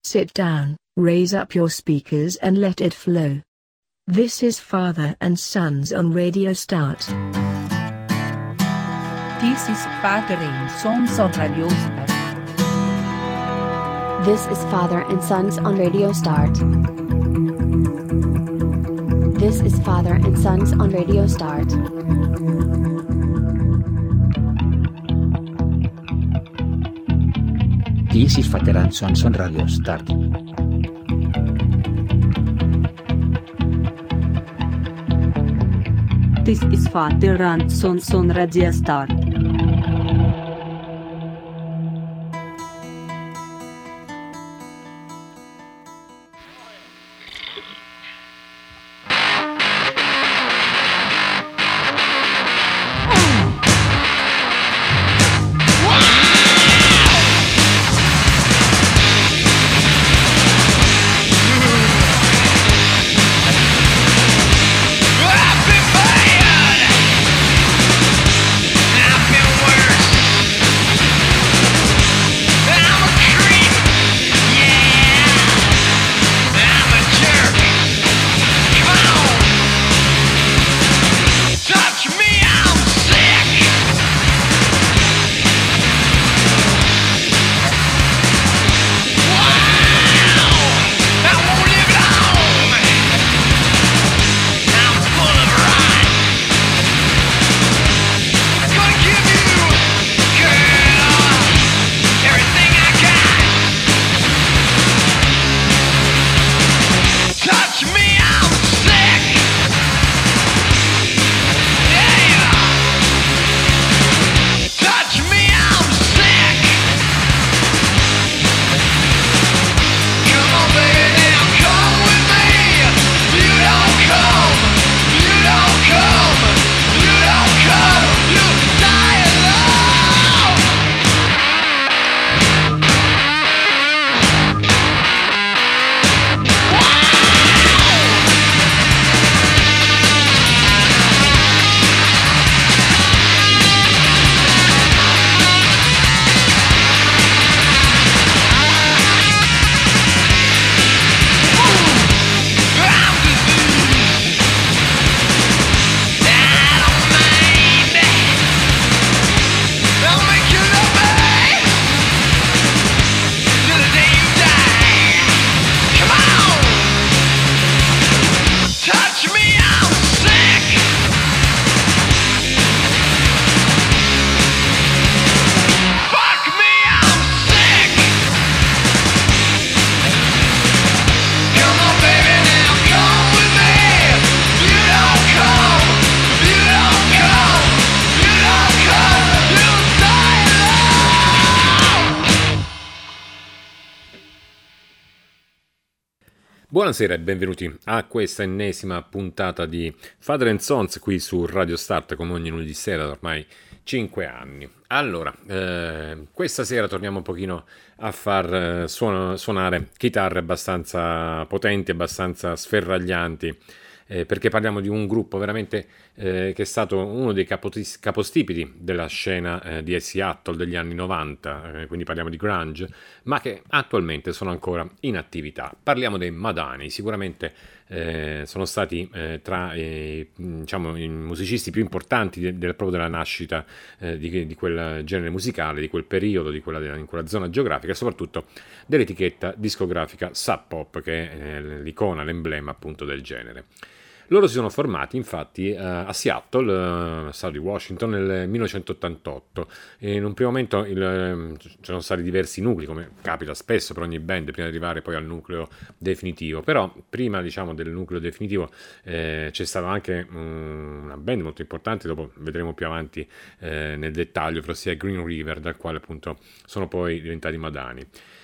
Sit down, raise up your speakers and let it flow. This is Father and Sons on Radio Start. This is Father and Sons on Radio Start. This is Father and Sons on Radio Start. This is Father and Sons on Radio Start. This is Father and Sons on Radio Start. This is Father and Sons on Radio Start. Buonasera e benvenuti a questa ennesima puntata di Father and Sons qui su Radio Start, come ogni lunedì sera da ormai 5 anni. Allora, questa sera torniamo un pochino a far suonare chitarre abbastanza potenti, abbastanza sferraglianti, perché parliamo di un gruppo veramente che è stato uno dei capostipiti della scena di Seattle degli anni 90, quindi parliamo di grunge, ma che attualmente sono ancora in attività. Parliamo dei Madani, sicuramente sono stati tra diciamo, i musicisti più importanti proprio della nascita di quel genere musicale, di quel periodo, in quella zona geografica e soprattutto dell'etichetta discografica Sub Pop, che è l'icona, l'emblema appunto del genere. Loro si sono formati infatti a Seattle, stato di Washington, nel 1988 e in un primo momento c'erano stati diversi nuclei, come capita spesso per ogni band, prima di arrivare poi al nucleo definitivo. Però prima, diciamo, del nucleo definitivo c'è stata anche una band molto importante, dopo vedremo più avanti nel dettaglio, ossia Green River, dal quale appunto sono poi diventati Madani.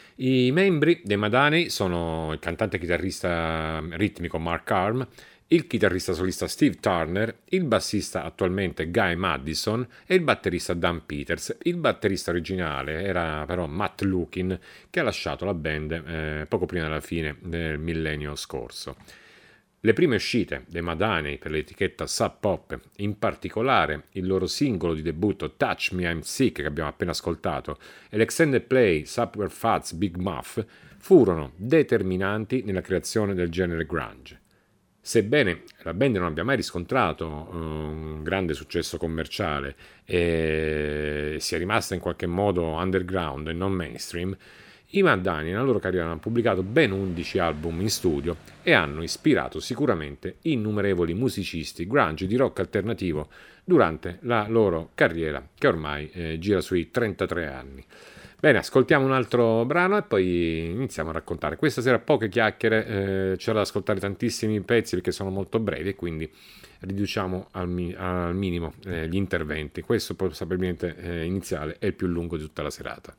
I membri dei Madani sono il cantante e chitarrista ritmico Mark Arm, il chitarrista solista Steve Turner, il bassista attualmente Guy Madison e il batterista Dan Peters. Il batterista originale era però Matt Lukin, che ha lasciato la band poco prima della fine del millennio scorso. Le prime uscite dei Madani per l'etichetta Sub Pop, in particolare il loro singolo di debutto Touch Me I'm Sick che abbiamo appena ascoltato e l'extended play Super Fats Big Muff, furono determinanti nella creazione del genere grunge. Sebbene la band non abbia mai riscontrato un grande successo commerciale e sia rimasta in qualche modo underground e non mainstream, i Madani nella loro carriera hanno pubblicato ben 11 album in studio e hanno ispirato sicuramente innumerevoli musicisti grunge di rock alternativo durante la loro carriera che ormai gira sui 33 anni. Bene, ascoltiamo un altro brano e poi iniziamo a raccontare. Questa sera poche chiacchiere, c'è da ascoltare tantissimi pezzi perché sono molto brevi e quindi riduciamo al minimo gli interventi. Questo probabilmente iniziale è il più lungo di tutta la serata.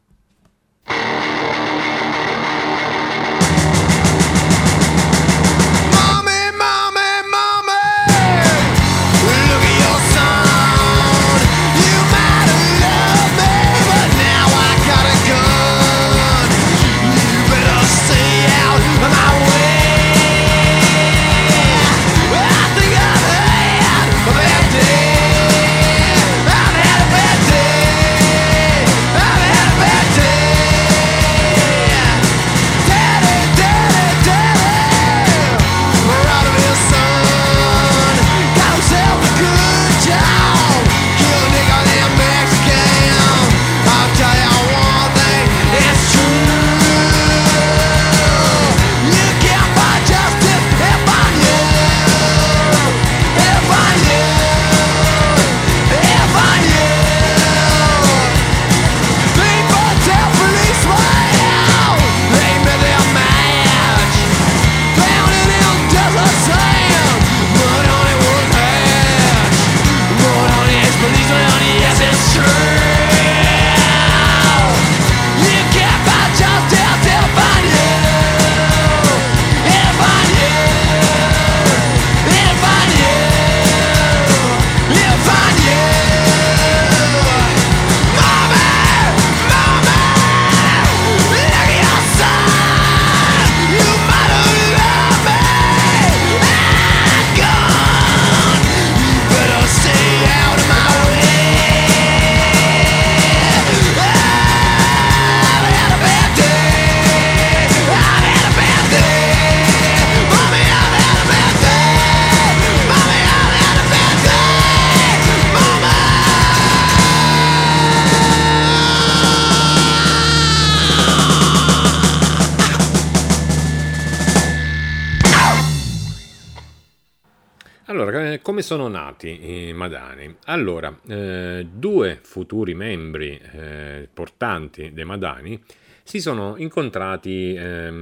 Allora, come sono nati i Madani? Allora, due futuri membri portanti dei Madani si sono incontrati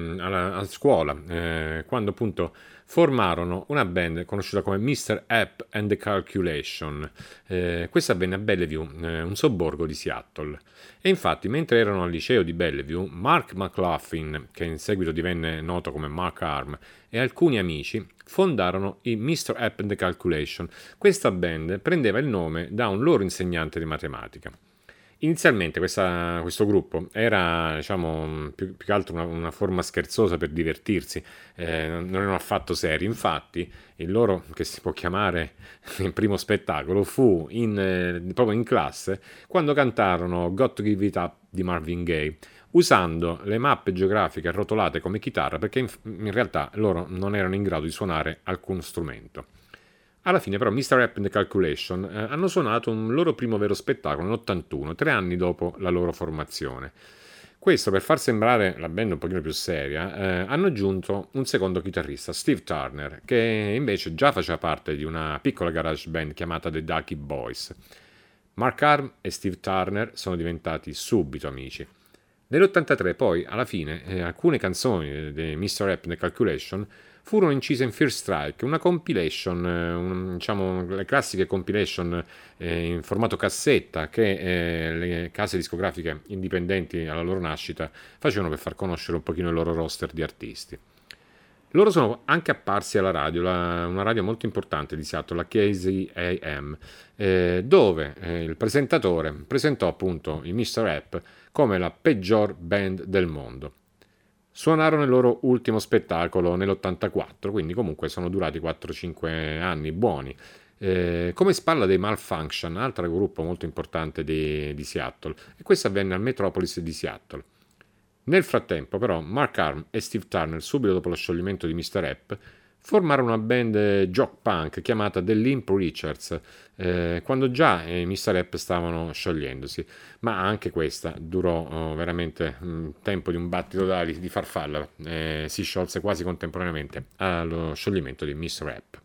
a scuola quando appunto formarono una band conosciuta come Mr. App and the Calculation. Questa avvenne a Bellevue, un sobborgo di Seattle. E infatti, mentre erano al liceo di Bellevue, Mark McLaughlin, che in seguito divenne noto come Mark Arm, e alcuni amici fondarono i Mr. App and the Calculation. Questa band prendeva il nome da un loro insegnante di matematica. Inizialmente questo gruppo era, diciamo, più che altro una forma scherzosa per divertirsi, non erano affatto seri. Infatti il loro, che si può chiamare il primo spettacolo, fu proprio in classe quando cantarono Got to Give It Up di Marvin Gaye, usando le mappe geografiche arrotolate come chitarra, perché in realtà loro non erano in grado di suonare alcun strumento. Alla fine però Mr. App and the Calculation hanno suonato un loro primo vero spettacolo nell'81, 3 anni dopo la loro formazione. Questo per far sembrare la band un pochino più seria, hanno aggiunto un secondo chitarrista, Steve Turner, che invece già faceva parte di una piccola garage band chiamata The Ducky Boys. Mark Arm e Steve Turner sono diventati subito amici. Nell'83 poi, alla fine, alcune canzoni di Mr. App and the Calculation furono incise in First Strike, una compilation, diciamo le classiche compilation in formato cassetta che le case discografiche indipendenti alla loro nascita facevano per far conoscere un pochino il loro roster di artisti. Loro sono anche apparsi alla radio, una radio molto importante di Seattle, la KZAM, dove il presentatore presentò appunto i Mr. App come la peggior band del mondo. suonarono il loro ultimo spettacolo nell'84, quindi comunque sono durati 4-5 anni buoni. Come spalla dei Malfunction, altro gruppo molto importante di Seattle, e questo avvenne al Metropolis di Seattle. Nel frattempo, però, Mark Arm e Steve Turner, subito dopo lo scioglimento di Mr. Rap, formarono una band jock punk chiamata The Limp Richards, quando già i Mr. Rap stavano sciogliendosi, ma anche questa durò veramente tempo di un battito di farfalla, si sciolse quasi contemporaneamente allo scioglimento di Mr. Rap.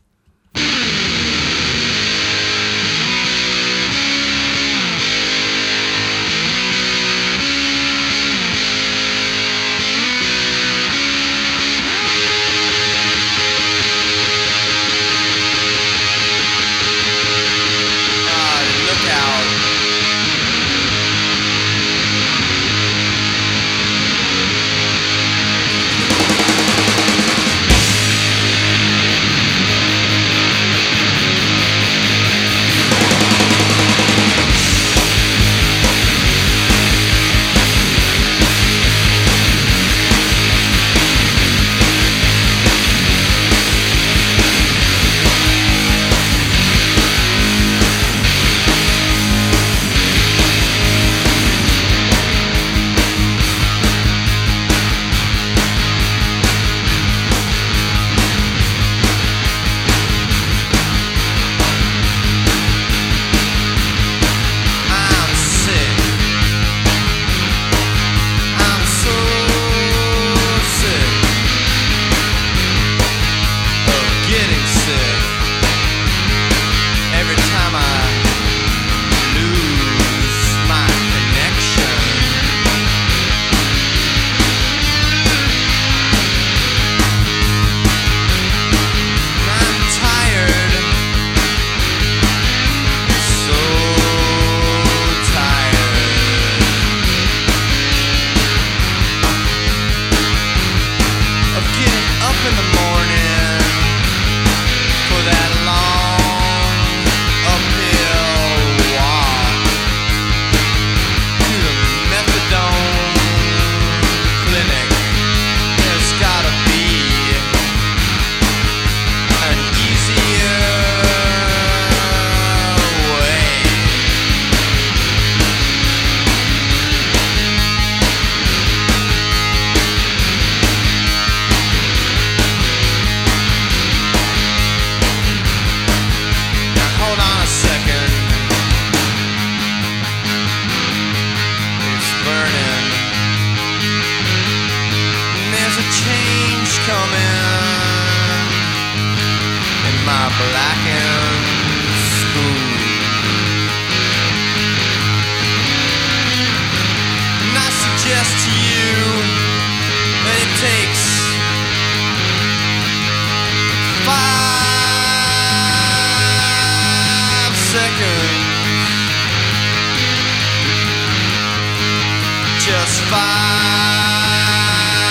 Just 5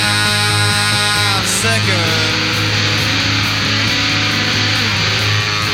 seconds.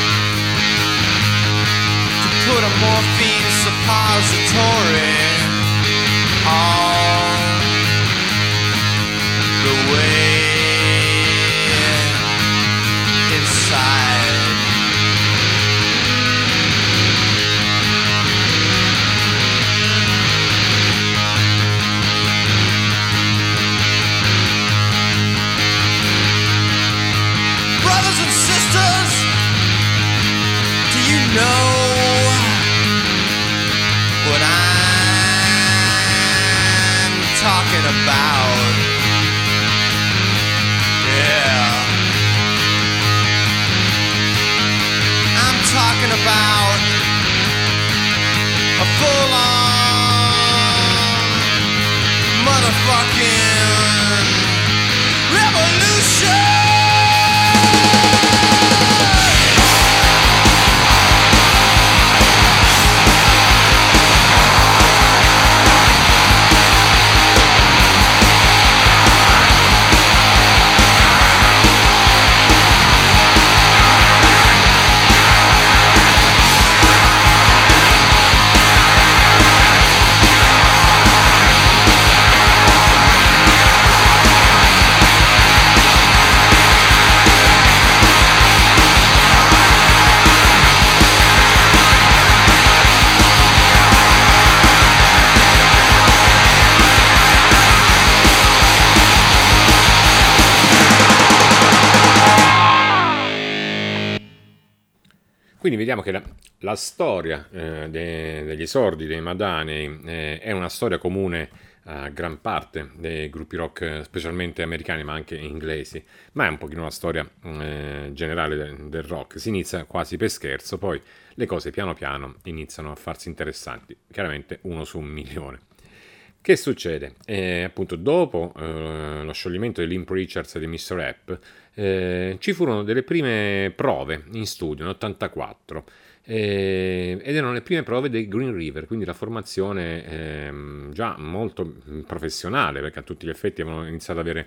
Quindi vediamo che la storia degli esordi dei Madani è una storia comune a gran parte dei gruppi rock, specialmente americani ma anche inglesi, ma è un pochino una storia generale del rock. Si inizia quasi per scherzo, poi le cose piano piano iniziano a farsi interessanti, chiaramente 1 su 1.000.000. Che succede? Appunto dopo lo scioglimento dei Limp Richards e di Mr. Rap ci furono delle prime prove in studio nell'84 ed erano le prime prove dei Green River, quindi la formazione già molto professionale, perché a tutti gli effetti avevano iniziato ad avere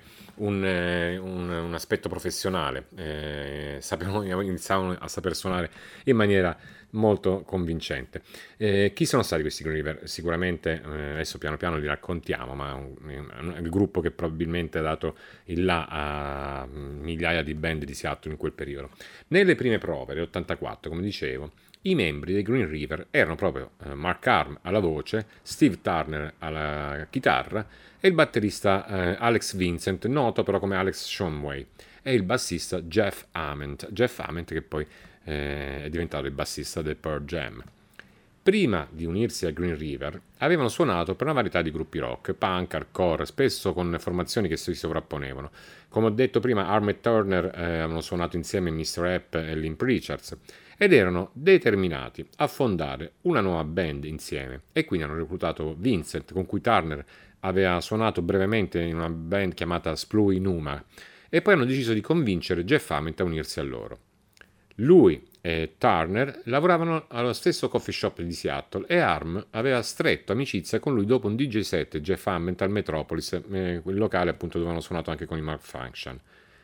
un aspetto professionale, iniziavano a saper suonare in maniera molto convincente. Chi sono stati questi Green River? Sicuramente adesso piano piano li raccontiamo, ma è il gruppo che probabilmente ha dato il là a migliaia di band di Seattle in quel periodo. Nelle prime prove dell'84, come dicevo, i membri dei Green River erano proprio Mark Arm alla voce, Steve Turner alla chitarra e il batterista Alex Vincent, noto però come Alex Shumway, e il bassista Jeff Ament che poi è diventato il bassista del Pearl Jam. Prima di unirsi ai Green River avevano suonato per una varietà di gruppi rock, punk, hardcore, spesso con formazioni che si sovrapponevano. Come ho detto prima, Arm e Turner avevano suonato insieme Mr. Rap e Limp Richards ed erano determinati a fondare una nuova band insieme, e quindi hanno reclutato Vincent, con cui Turner aveva suonato brevemente in una band chiamata Splui Numa, e poi hanno deciso di convincere Jeff Ament a unirsi a loro. Lui e Turner lavoravano allo stesso coffee shop di Seattle e Arm aveva stretto amicizia con lui dopo un DJ set Jeff Ament al Metropolis, quel locale appunto dove hanno suonato anche con i Malfunction.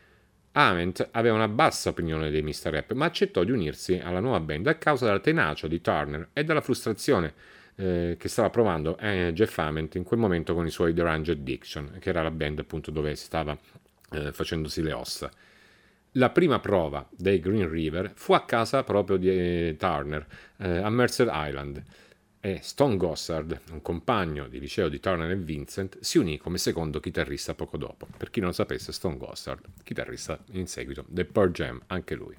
Ament aveva una bassa opinione dei Mr. Rap, ma accettò di unirsi alla nuova band a causa della tenacia di Turner e dalla frustrazione che stava provando Jeff Ament in quel momento con i suoi The Range Addiction, che era la band appunto dove stava facendosi le ossa. La prima prova dei Green River fu a casa proprio di Turner, a Mercer Island, e Stone Gossard, un compagno di liceo di Turner e Vincent, si unì come secondo chitarrista poco dopo. Per chi non lo sapesse, Stone Gossard, chitarrista in seguito del Pearl Jam, anche lui.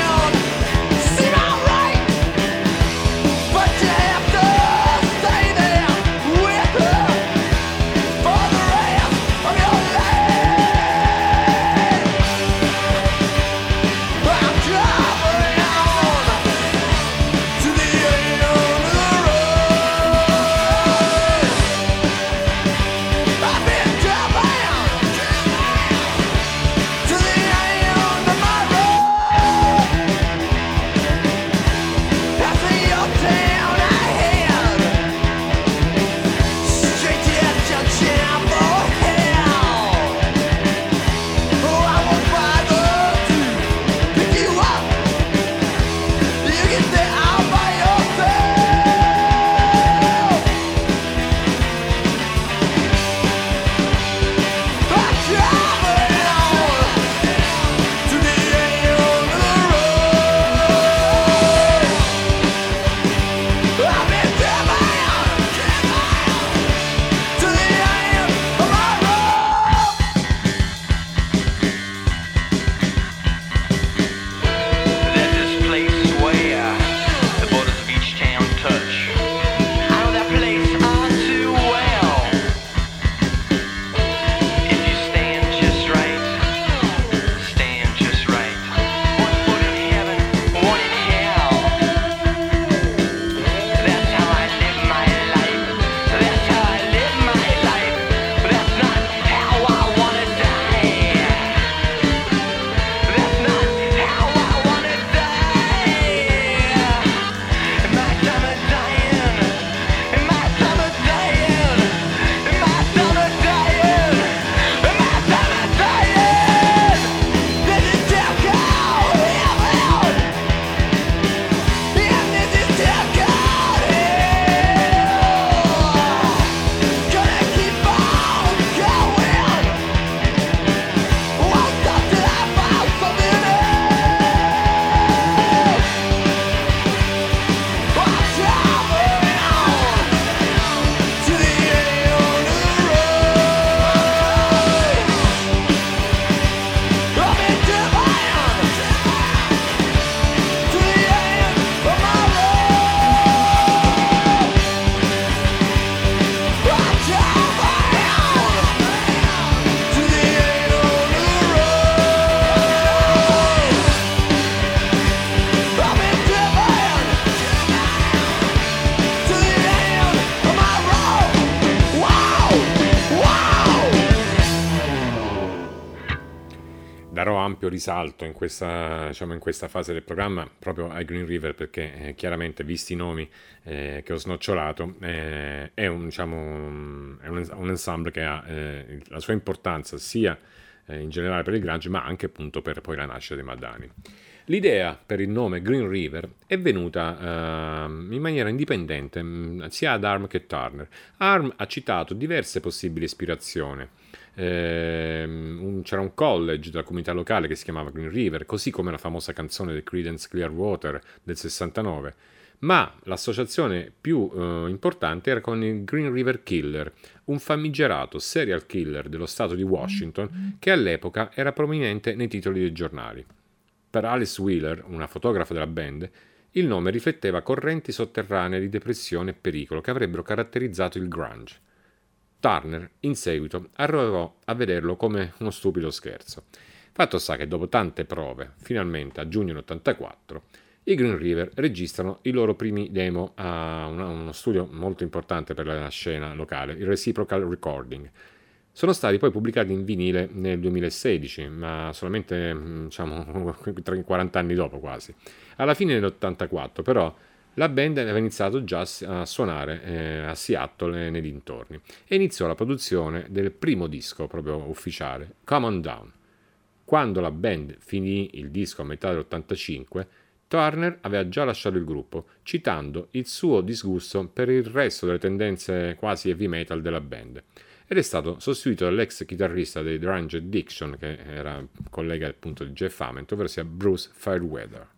But you have to stay there. ampio risalto in questa fase del programma proprio ai Green River, perché chiaramente, visti i nomi che ho snocciolato, è un ensemble che ha la sua importanza sia in generale per il grunge, ma anche appunto per poi la nascita dei Madani. L'idea per il nome Green River è venuta in maniera indipendente sia ad Arm che Turner. Arm ha citato diverse possibili ispirazioni. C'era un college della comunità locale che si chiamava Green River, così come la famosa canzone del Creedence Clearwater del 69, ma l'associazione più importante era con il Green River Killer, un famigerato serial killer dello stato di Washington che all'epoca era prominente nei titoli dei giornali. Per Alice Wheeler, una fotografa della band, il nome rifletteva correnti sotterranee di depressione e pericolo che avrebbero caratterizzato il grunge. Turner, in seguito, arrivò a vederlo come uno stupido scherzo. Fatto sta che dopo tante prove, finalmente a giugno 1984, i Green River registrano i loro primi demo a uno studio molto importante per la scena locale, il Reciprocal Recording. Sono stati poi pubblicati in vinile nel 2016, ma solamente 40 anni dopo quasi. Alla fine dell'84 però la band aveva iniziato già a suonare a Seattle e nei dintorni e iniziò la produzione del primo disco proprio ufficiale, Come On Down. Quando la band finì il disco a metà dell'85, Turner aveva già lasciato il gruppo, citando il suo disgusto per il resto delle tendenze quasi heavy metal della band, ed è stato sostituito dall'ex chitarrista dei Drunge Addiction, che era collega appunto di Jeff Ament, ovvero sia Bruce Fairweather.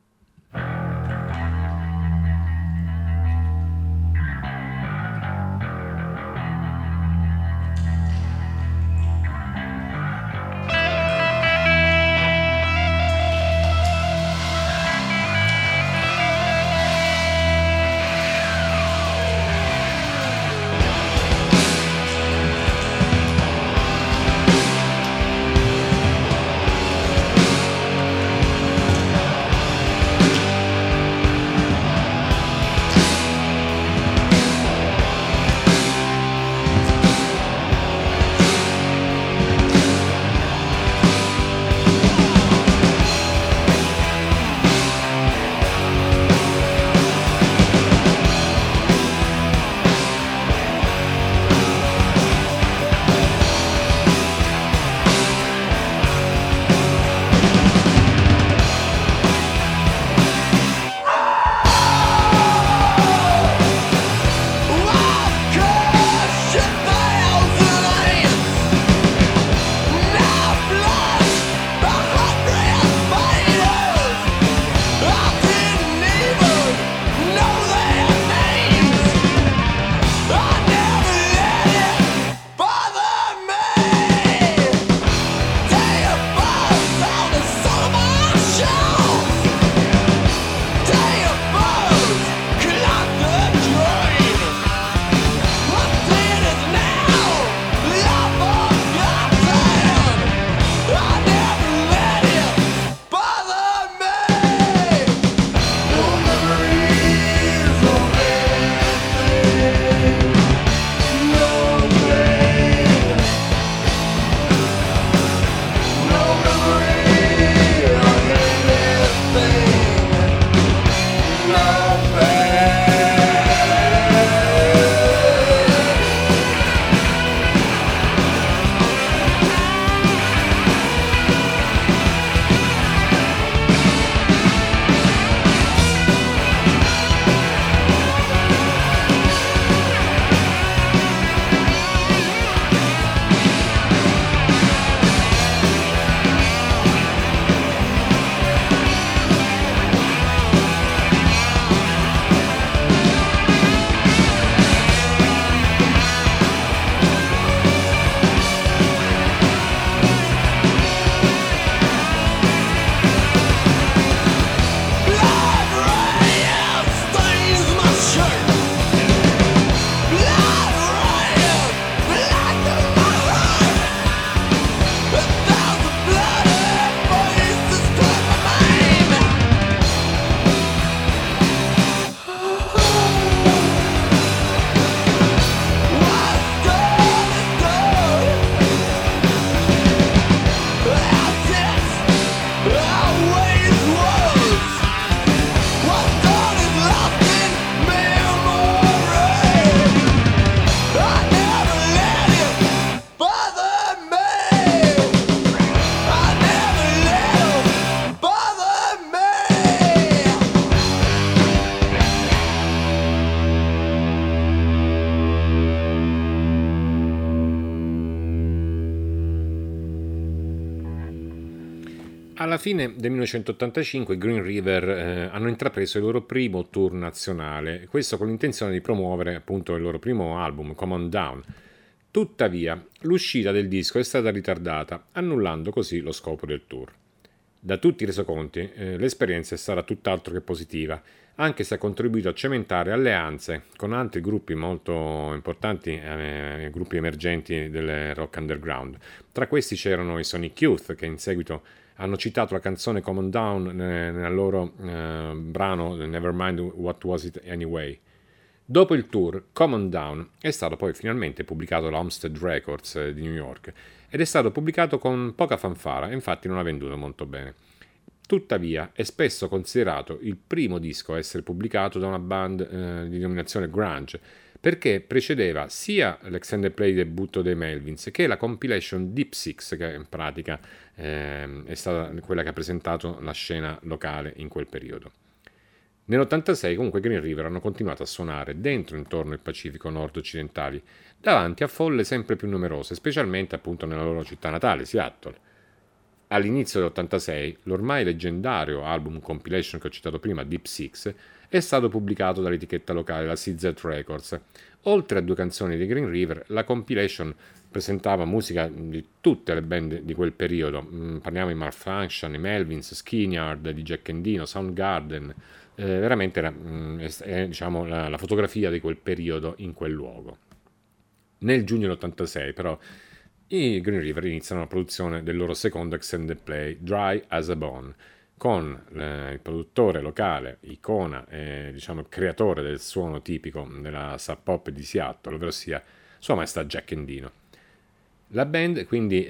fine del 1985 i Green River hanno intrapreso il loro primo tour nazionale, questo con l'intenzione di promuovere appunto il loro primo album, Come On Down. Tuttavia, l'uscita del disco è stata ritardata, annullando così lo scopo del tour. Da tutti i resoconti, l'esperienza è stata tutt'altro che positiva, anche se ha contribuito a cementare alleanze con altri gruppi molto importanti, gruppi emergenti del rock underground. Tra questi c'erano i Sonic Youth, che in seguito hanno citato la canzone Come On Down nel loro brano Nevermind What Was It Anyway. Dopo il tour, Come On Down è stato poi finalmente pubblicato alla Homestead Records di New York ed è stato pubblicato con poca fanfara, infatti non ha venduto molto bene. Tuttavia è spesso considerato il primo disco a essere pubblicato da una band di denominazione grunge, perché precedeva sia l'extended play debutto dei Melvins che la compilation Deep Six, che in pratica è stata quella che ha presentato la scena locale in quel periodo. Nell'86 comunque Green River hanno continuato a suonare dentro e intorno il Pacifico nord-occidentali, davanti a folle sempre più numerose, specialmente appunto nella loro città natale, Seattle. All'inizio dell'86 l'ormai leggendario album compilation che ho citato prima, Deep Six, è stato pubblicato dall'etichetta locale, la CZ Records. Oltre a 2 canzoni di Green River, la compilation presentava musica di tutte le band di quel periodo, parliamo di Malfunction, i Melvins, Skinny Yard, di Jack Endino, Soundgarden. Veramente era diciamo, la fotografia di quel periodo in quel luogo. Nel giugno dell'86 però i Green River iniziano la produzione del loro secondo extended play, Dry as a Bone, con il produttore locale, icona e diciamo creatore del suono tipico della sub pop di Seattle, ovvero sia Sua Maestà Jack Endino. La band quindi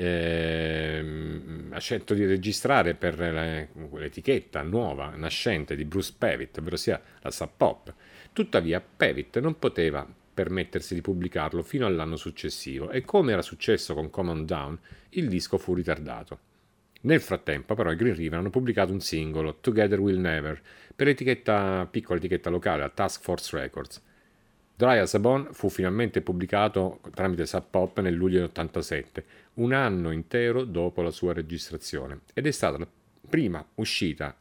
ha scelto di registrare per l'etichetta nuova, nascente di Bruce Pavitt, ovvero sia la Sub Pop. Tuttavia Pavitt non poteva permettersi di pubblicarlo fino all'anno successivo e, come era successo con Come On Down, il disco fu ritardato. Nel frattempo però i Green River hanno pubblicato un singolo, Together We'll Never, per piccola etichetta locale, la Task Force Records. Dry as a Bone fu finalmente pubblicato tramite Sub Pop nel luglio del 87, un anno intero dopo la sua registrazione, ed è stata la prima uscita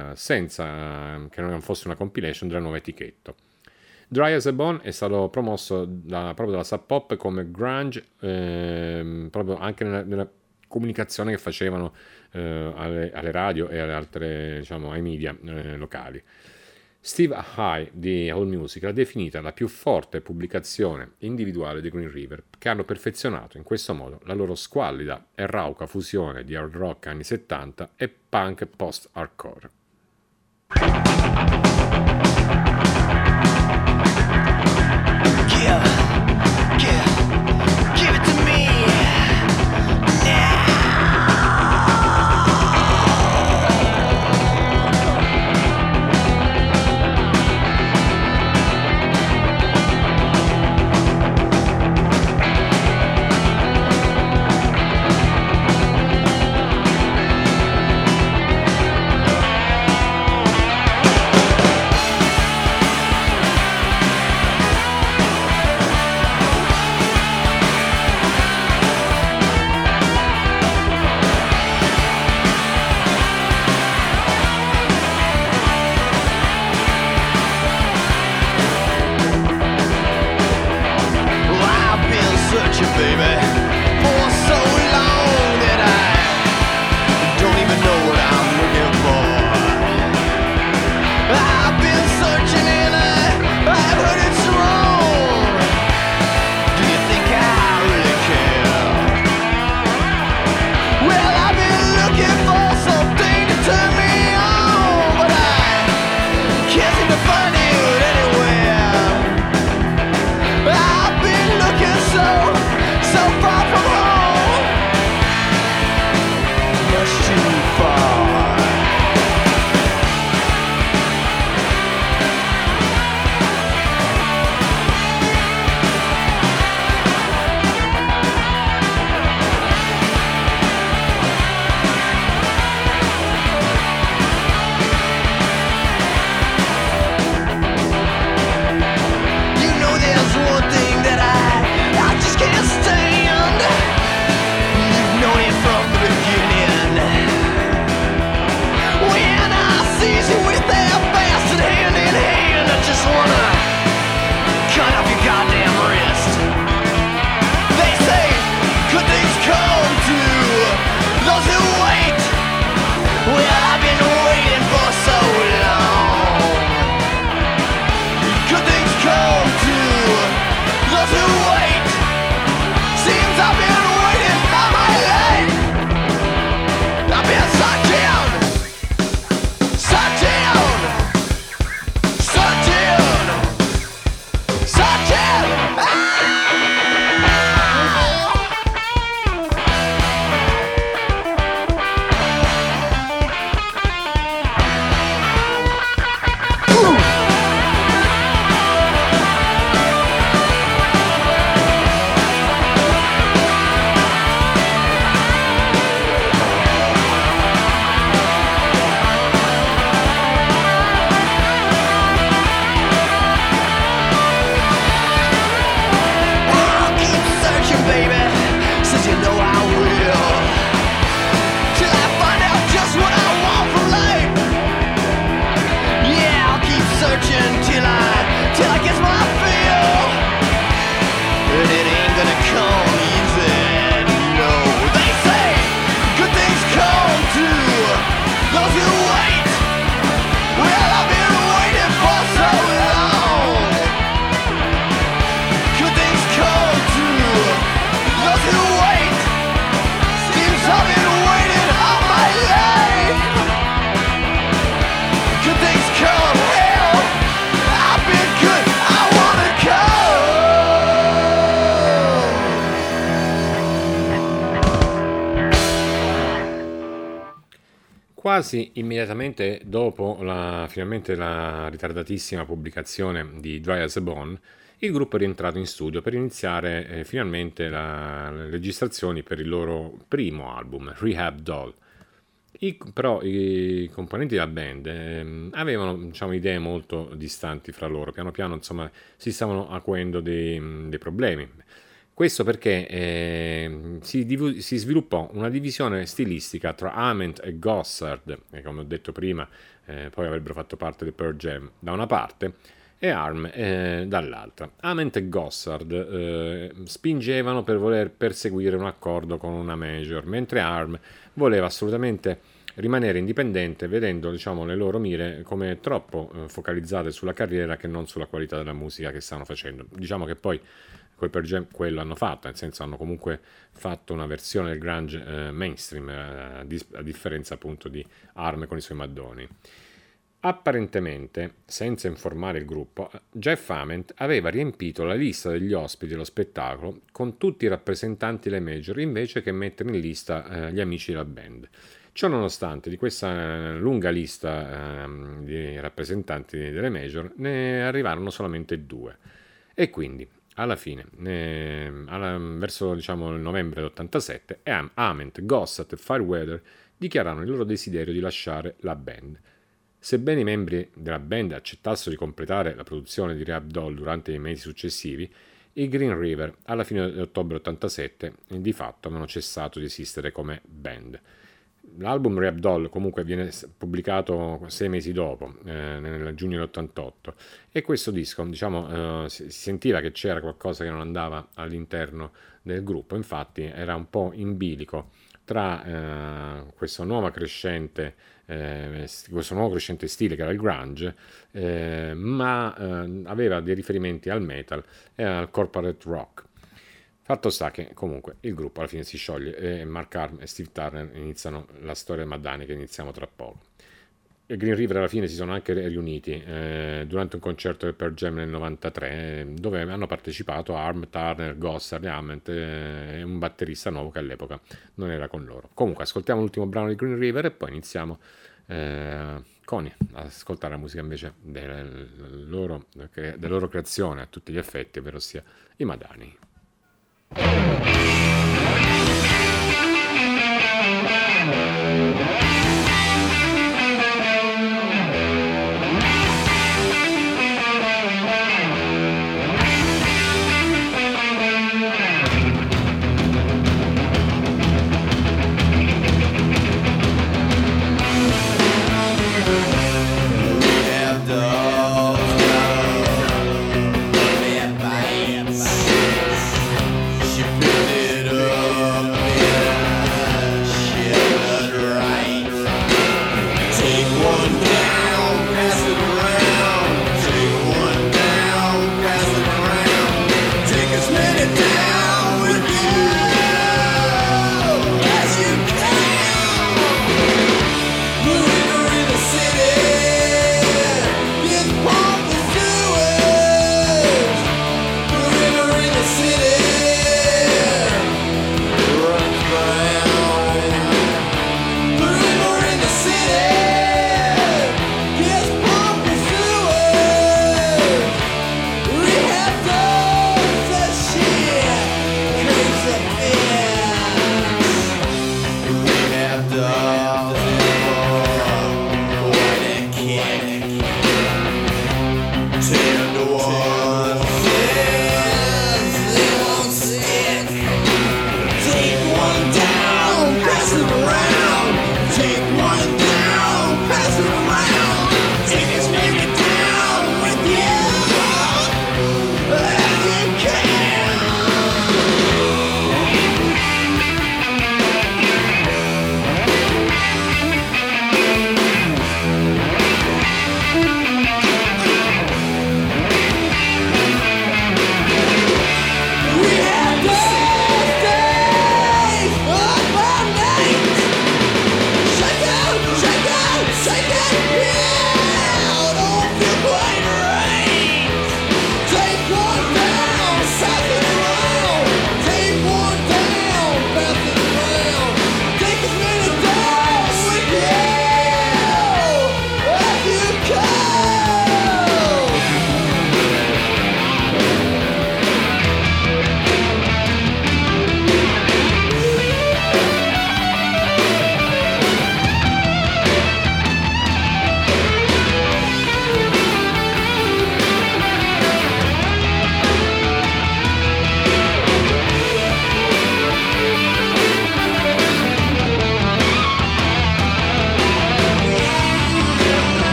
senza che non fosse una compilation della nuova etichetta. Dry as a Bone è stato promosso proprio dalla Sub Pop come grunge, proprio anche nella comunicazione che facevano alle radio e alle altre, diciamo, ai media locali. Steve High di AllMusic l'ha definita la più forte pubblicazione individuale dei Green River, che hanno perfezionato in questo modo la loro squallida e rauca fusione di hard rock anni 70 e punk post-hardcore. Give it to me. tree line till I get what I feel. And it ain't gonna come easy, no. They say good things come to those who wait. Well, I've been waiting for so long. Good things come to those who wait. Seems I've been waiting all my life. Good things come, hell, I've been good, I wanna go. Quasi immediatamente dopo finalmente la ritardatissima pubblicazione di Dry as a Bone, il gruppo è rientrato in studio per iniziare finalmente le registrazioni per il loro primo album, Rehab Doll. Però i componenti della band avevano, diciamo, idee molto distanti fra loro. Piano piano, insomma, si stavano acuendo dei problemi. Questo perché si sviluppò una divisione stilistica tra Ament e Gossard, che come ho detto prima poi avrebbero fatto parte del Pearl Jam da una parte, e Arm dall'altra. Ament e Gossard spingevano per voler perseguire un accordo con una major, mentre Arm voleva assolutamente rimanere indipendente, vedendo, diciamo, le loro mire come troppo focalizzate sulla carriera che non sulla qualità della musica che stanno facendo. Diciamo che poi coi Pearl Jam quello hanno fatto, nel senso hanno comunque fatto una versione del grunge mainstream, a differenza appunto di Arm con i suoi maddoni. Apparentemente, senza informare il gruppo, Jeff Ament aveva riempito la lista degli ospiti dello spettacolo con tutti i rappresentanti delle major, invece che mettere in lista gli amici della band. Ciò nonostante, di questa lunga lista di rappresentanti delle major ne arrivarono solamente 2. E quindi, alla fine, verso, diciamo, il novembre dell'87, Ament, Gossard e Fairweather dichiararono il loro desiderio di lasciare la band. Sebbene i membri della band accettassero di completare la produzione di Rehab Doll durante i mesi successivi, i Green River, alla fine di ottobre 87, di fatto avevano cessato di esistere come band. L'album Rehab Doll comunque viene pubblicato 6 mesi dopo, nel giugno dell'88, e questo disco, diciamo, si sentiva che c'era qualcosa che non andava all'interno del gruppo. Infatti era un po' in bilico tra questo nuovo crescente stile che era il grunge, ma aveva dei riferimenti al metal e al corporate rock. Fatto sta che comunque il gruppo alla fine si scioglie e Mark Arm e Steve Turner iniziano la storia del Madani che iniziamo tra poco. I Green River alla fine si sono anche riuniti durante un concerto del Pearl Jam nel 93, dove hanno partecipato Arm, Turner, Gossard e Ament e un batterista nuovo che all'epoca non era con loro. Comunque ascoltiamo l'ultimo brano di Green River e poi iniziamo ad ascoltare la musica invece della loro creazione a tutti gli effetti, ovvero sia i Madani. She put it up in a shit right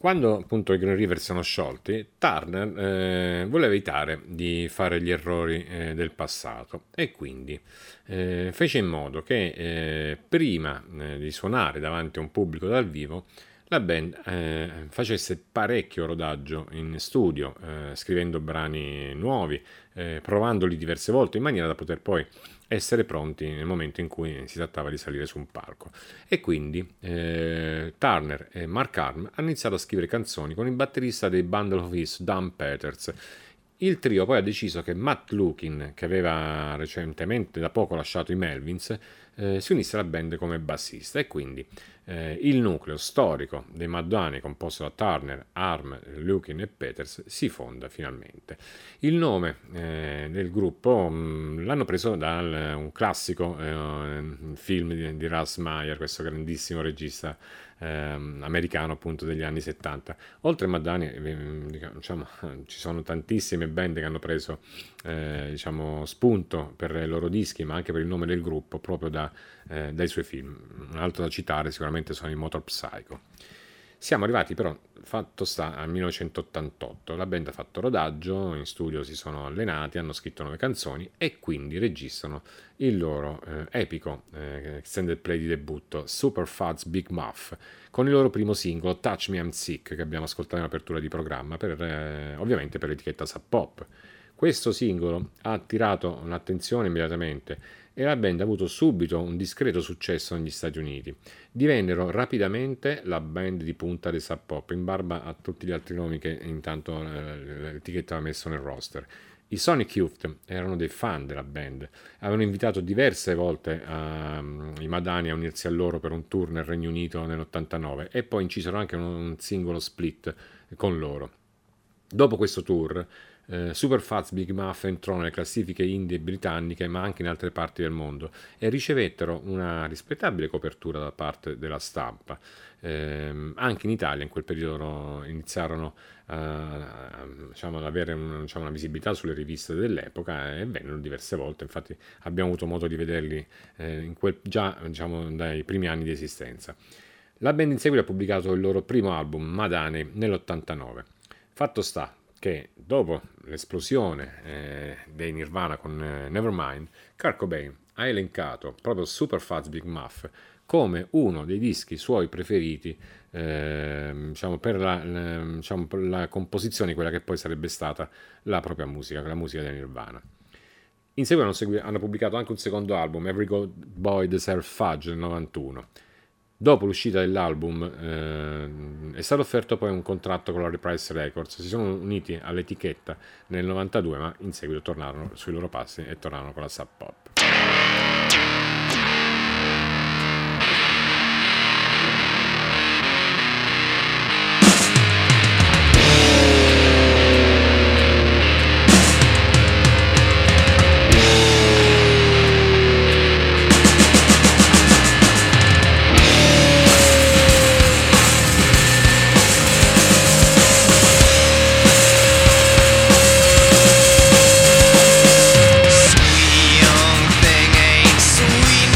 Quando appunto i Green River sono sciolti, Turner voleva evitare di fare gli errori del passato e quindi fece in modo che prima di suonare davanti a un pubblico dal vivo la band facesse parecchio rodaggio in studio, scrivendo brani nuovi, provandoli diverse volte in maniera da poter poi essere pronti nel momento in cui si trattava di salire su un palco. E quindi Turner e Mark Arm hanno iniziato a scrivere canzoni con il batterista dei Bundle of His, Dan Peters. Il trio poi ha deciso che Matt Lukin, che aveva recentemente da poco lasciato i Melvins, si unisse alla band come bassista, e quindi il nucleo storico dei Madonna, composto da Turner, Arm, Lukin e Peters, si fonda finalmente. Il nome del gruppo l'hanno preso da un classico film di Russ Meyer, questo grandissimo regista americano appunto degli anni 70. Oltre a Madonna, diciamo, ci sono tantissime band che hanno preso diciamo, spunto per i loro dischi, ma anche per il nome del gruppo proprio dai suoi film. Un altro da citare sicuramente sono i Motor Psycho. Siamo arrivati però, fatto sta, al 1988. La band ha fatto rodaggio, in studio si sono allenati, hanno scritto 9 canzoni e quindi registrano il loro epico extended play di debutto, Super Fuzz Big Muff, con il loro primo singolo Touch Me I'm Sick, che abbiamo ascoltato in apertura di programma, ovviamente per l'etichetta Sub Pop. Questo singolo ha attirato l'attenzione immediatamente e la band ha avuto subito un discreto successo negli Stati Uniti. Divennero rapidamente la band di punta dei Sub Pop, in barba a tutti gli altri nomi che intanto l'etichetta aveva messo nel roster. I Sonic Youth erano dei fan della band, avevano invitato diverse volte i Madani a unirsi a loro per un tour nel Regno Unito nell'89 e poi incisero anche un singolo split con loro. Dopo questo tour, Super Fuzz Big Muff entrò nelle classifiche indie britanniche ma anche in altre parti del mondo e ricevettero una rispettabile copertura da parte della stampa. Anche in Italia in quel periodo iniziarono diciamo, ad avere una visibilità sulle riviste dell'epoca e vennero diverse volte, infatti abbiamo avuto modo di vederli già diciamo, dai primi anni di esistenza. La band in seguito ha pubblicato il loro primo album, Madani, nell'89. Fatto sta che dopo l'esplosione dei Nirvana con Nevermind, Kurt Cobain ha elencato proprio Super Fuzz Big Muff come uno dei dischi suoi preferiti diciamo, per la composizione di quella che poi sarebbe stata la propria musica, la musica dei Nirvana. In seguito hanno pubblicato anche un secondo album, Every Good Boy Deserves Fudge, nel 91. Dopo l'uscita dell'album è stato offerto poi un contratto con la Reprise Records, si sono uniti all'etichetta nel 92, ma in seguito tornarono sui loro passi e tornarono con la Sub Pop. Young thing ain't sweet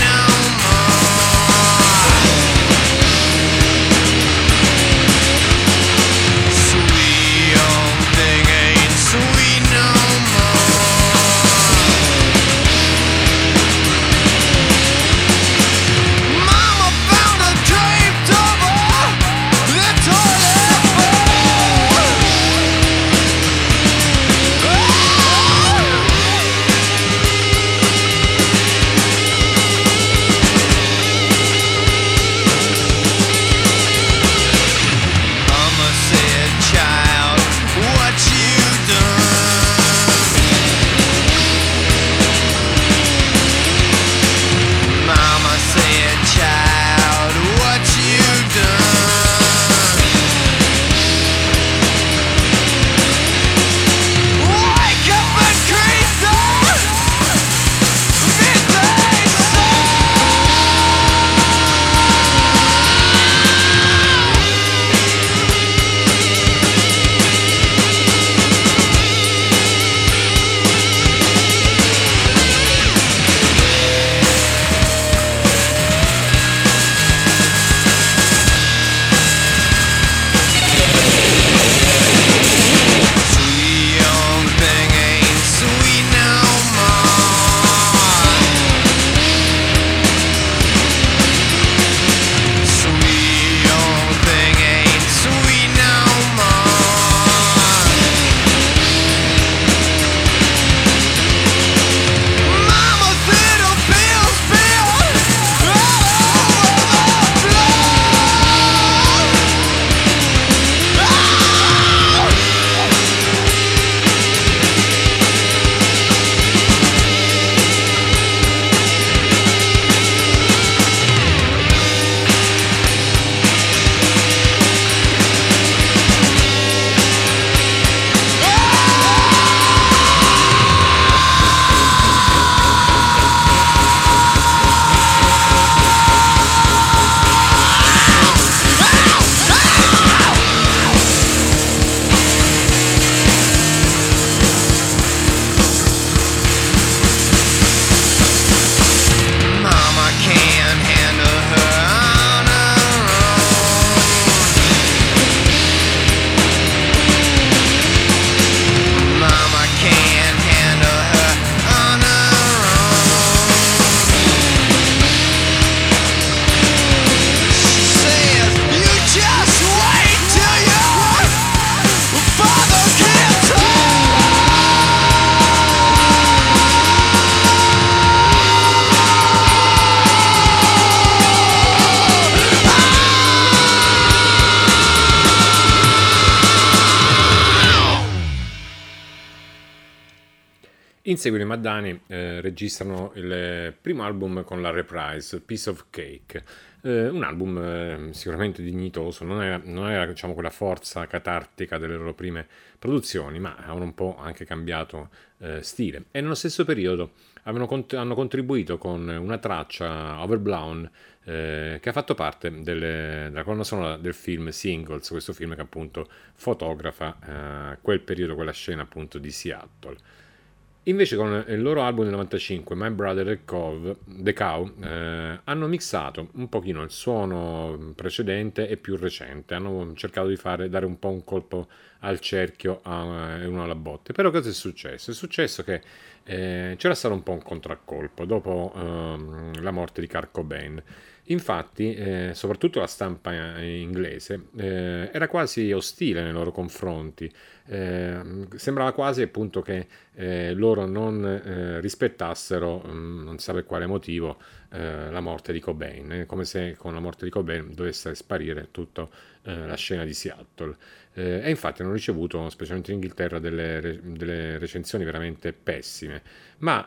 In seguito i Madani registrano il primo album con la Reprise, Piece of Cake, un album sicuramente dignitoso, non era diciamo, quella forza catartica delle loro prime produzioni, ma avevano un po' anche cambiato stile, e nello stesso periodo hanno contribuito con una traccia, Overblown, che ha fatto parte della colonna sonora del film Singles, questo film che appunto fotografa quel periodo, quella scena appunto di Seattle. Invece con il loro album del 95, My Brother The Cow, hanno mixato un pochino il suono precedente e più recente, hanno cercato di dare un po' un colpo al cerchio e uno alla botte. Però cosa è successo? È successo che c'era stato un po' un contraccolpo dopo la morte di Kurt Cobain. Infatti, soprattutto la stampa inglese era quasi ostile nei loro confronti. Sembrava quasi appunto che loro non rispettassero, non sa per quale motivo, la morte di Cobain, come se con la morte di Cobain dovesse sparire tutta la scena di Seattle. E infatti hanno ricevuto, specialmente in Inghilterra, delle recensioni veramente pessime. Ma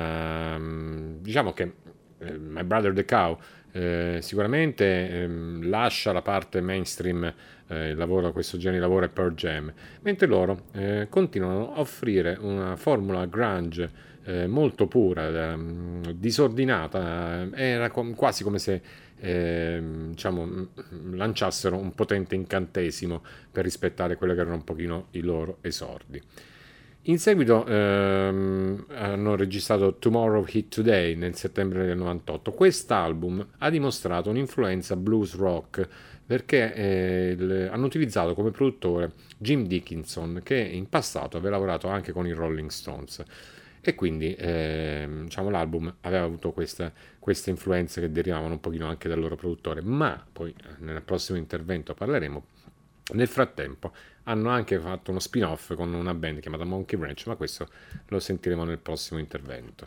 diciamo che My Brother The Cow sicuramente lascia la parte mainstream, questo genere di lavoro è Pearl Jam, mentre loro continuano a offrire una formula grunge molto pura, disordinata, era quasi come se diciamo, lanciassero un potente incantesimo per rispettare quelli che erano un pochino i loro esordi. In seguito hanno registrato Tomorrow Hit Today nel settembre del 98. Quest'album ha dimostrato un'influenza blues rock perché hanno utilizzato come produttore Jim Dickinson, che in passato aveva lavorato anche con i Rolling Stones, e quindi diciamo, l'album aveva avuto queste influenze che derivavano un pochino anche dal loro produttore, ma poi nel prossimo intervento parleremo. Nel frattempo hanno anche fatto uno spin-off con una band chiamata Monkey Ranch, ma questo lo sentiremo nel prossimo intervento.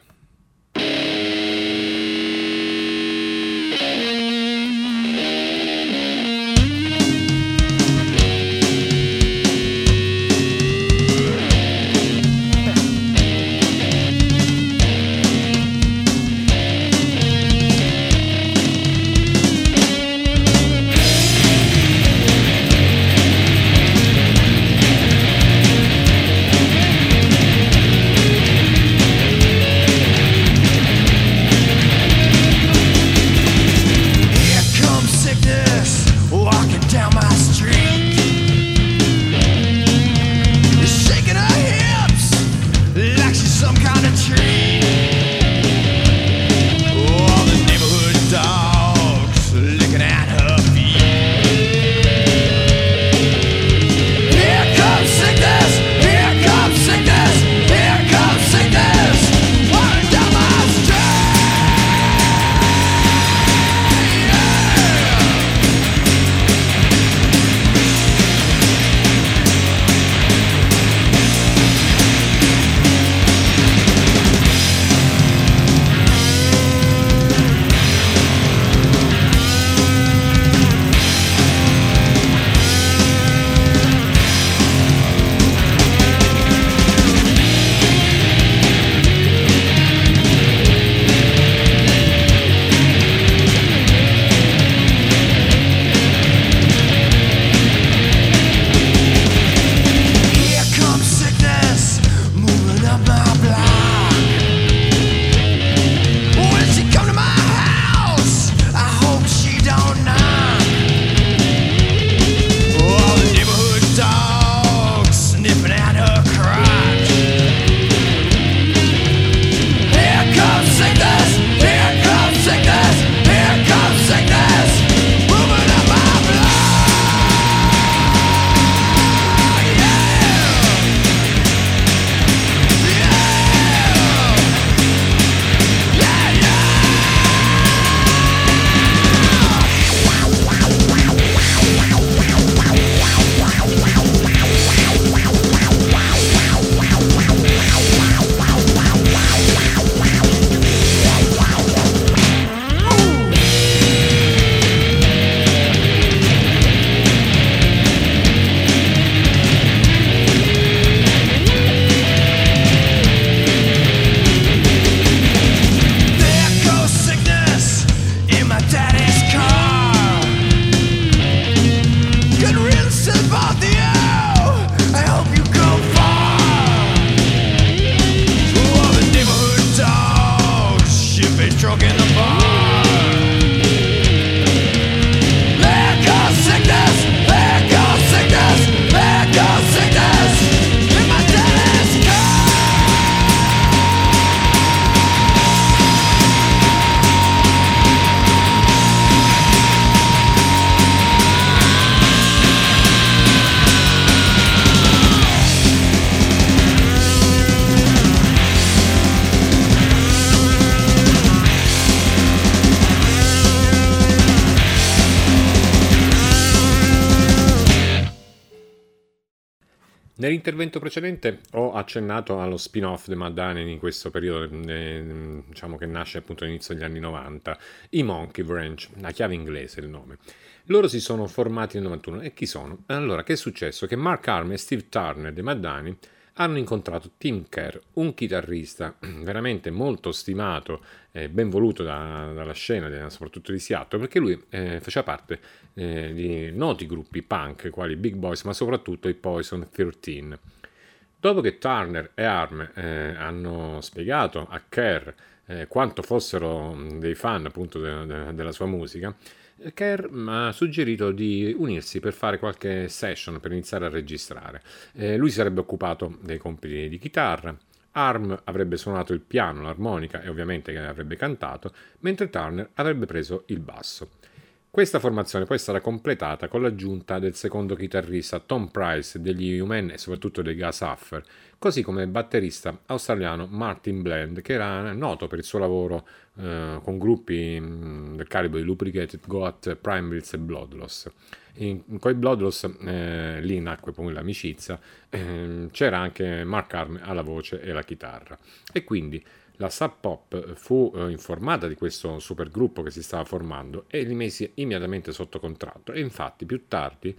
Nell'intervento precedente ho accennato allo spin-off dei Madani in questo periodo, diciamo che nasce appunto all'inizio degli anni 90, i Monkey Branch, la chiave inglese il nome. Loro si sono formati nel 91 e chi sono? Allora, che è successo? Che Mark Arm e Steve Turner dei Madani hanno incontrato Tim Kerr, un chitarrista veramente molto stimato e ben voluto dalla scena, soprattutto di Seattle, perché lui faceva parte di noti gruppi punk, quali Big Boys, ma soprattutto i Poison 13. Dopo che Turner e Arm hanno spiegato a Kerr quanto fossero dei fan appunto della sua musica, Kerr ha suggerito di unirsi per fare qualche session, per iniziare a registrare. Lui si sarebbe occupato dei compiti di chitarra, Arm avrebbe suonato il piano, l'armonica e ovviamente avrebbe cantato, mentre Turner avrebbe preso il basso. Questa formazione poi è stata completata con l'aggiunta del secondo chitarrista Tom Price degli U-Men e soprattutto dei Gas Huffer, così come il batterista australiano Martin Bland, che era noto per il suo lavoro con gruppi del calibro di Lubricated Goat, Primaries e Bloodloss. Con i Bloodloss lì nacque poi l'amicizia, c'era anche Mark Arm alla voce e alla chitarra, e quindi la Sub Pop fu informata di questo supergruppo che si stava formando e li mise immediatamente sotto contratto, e infatti più tardi,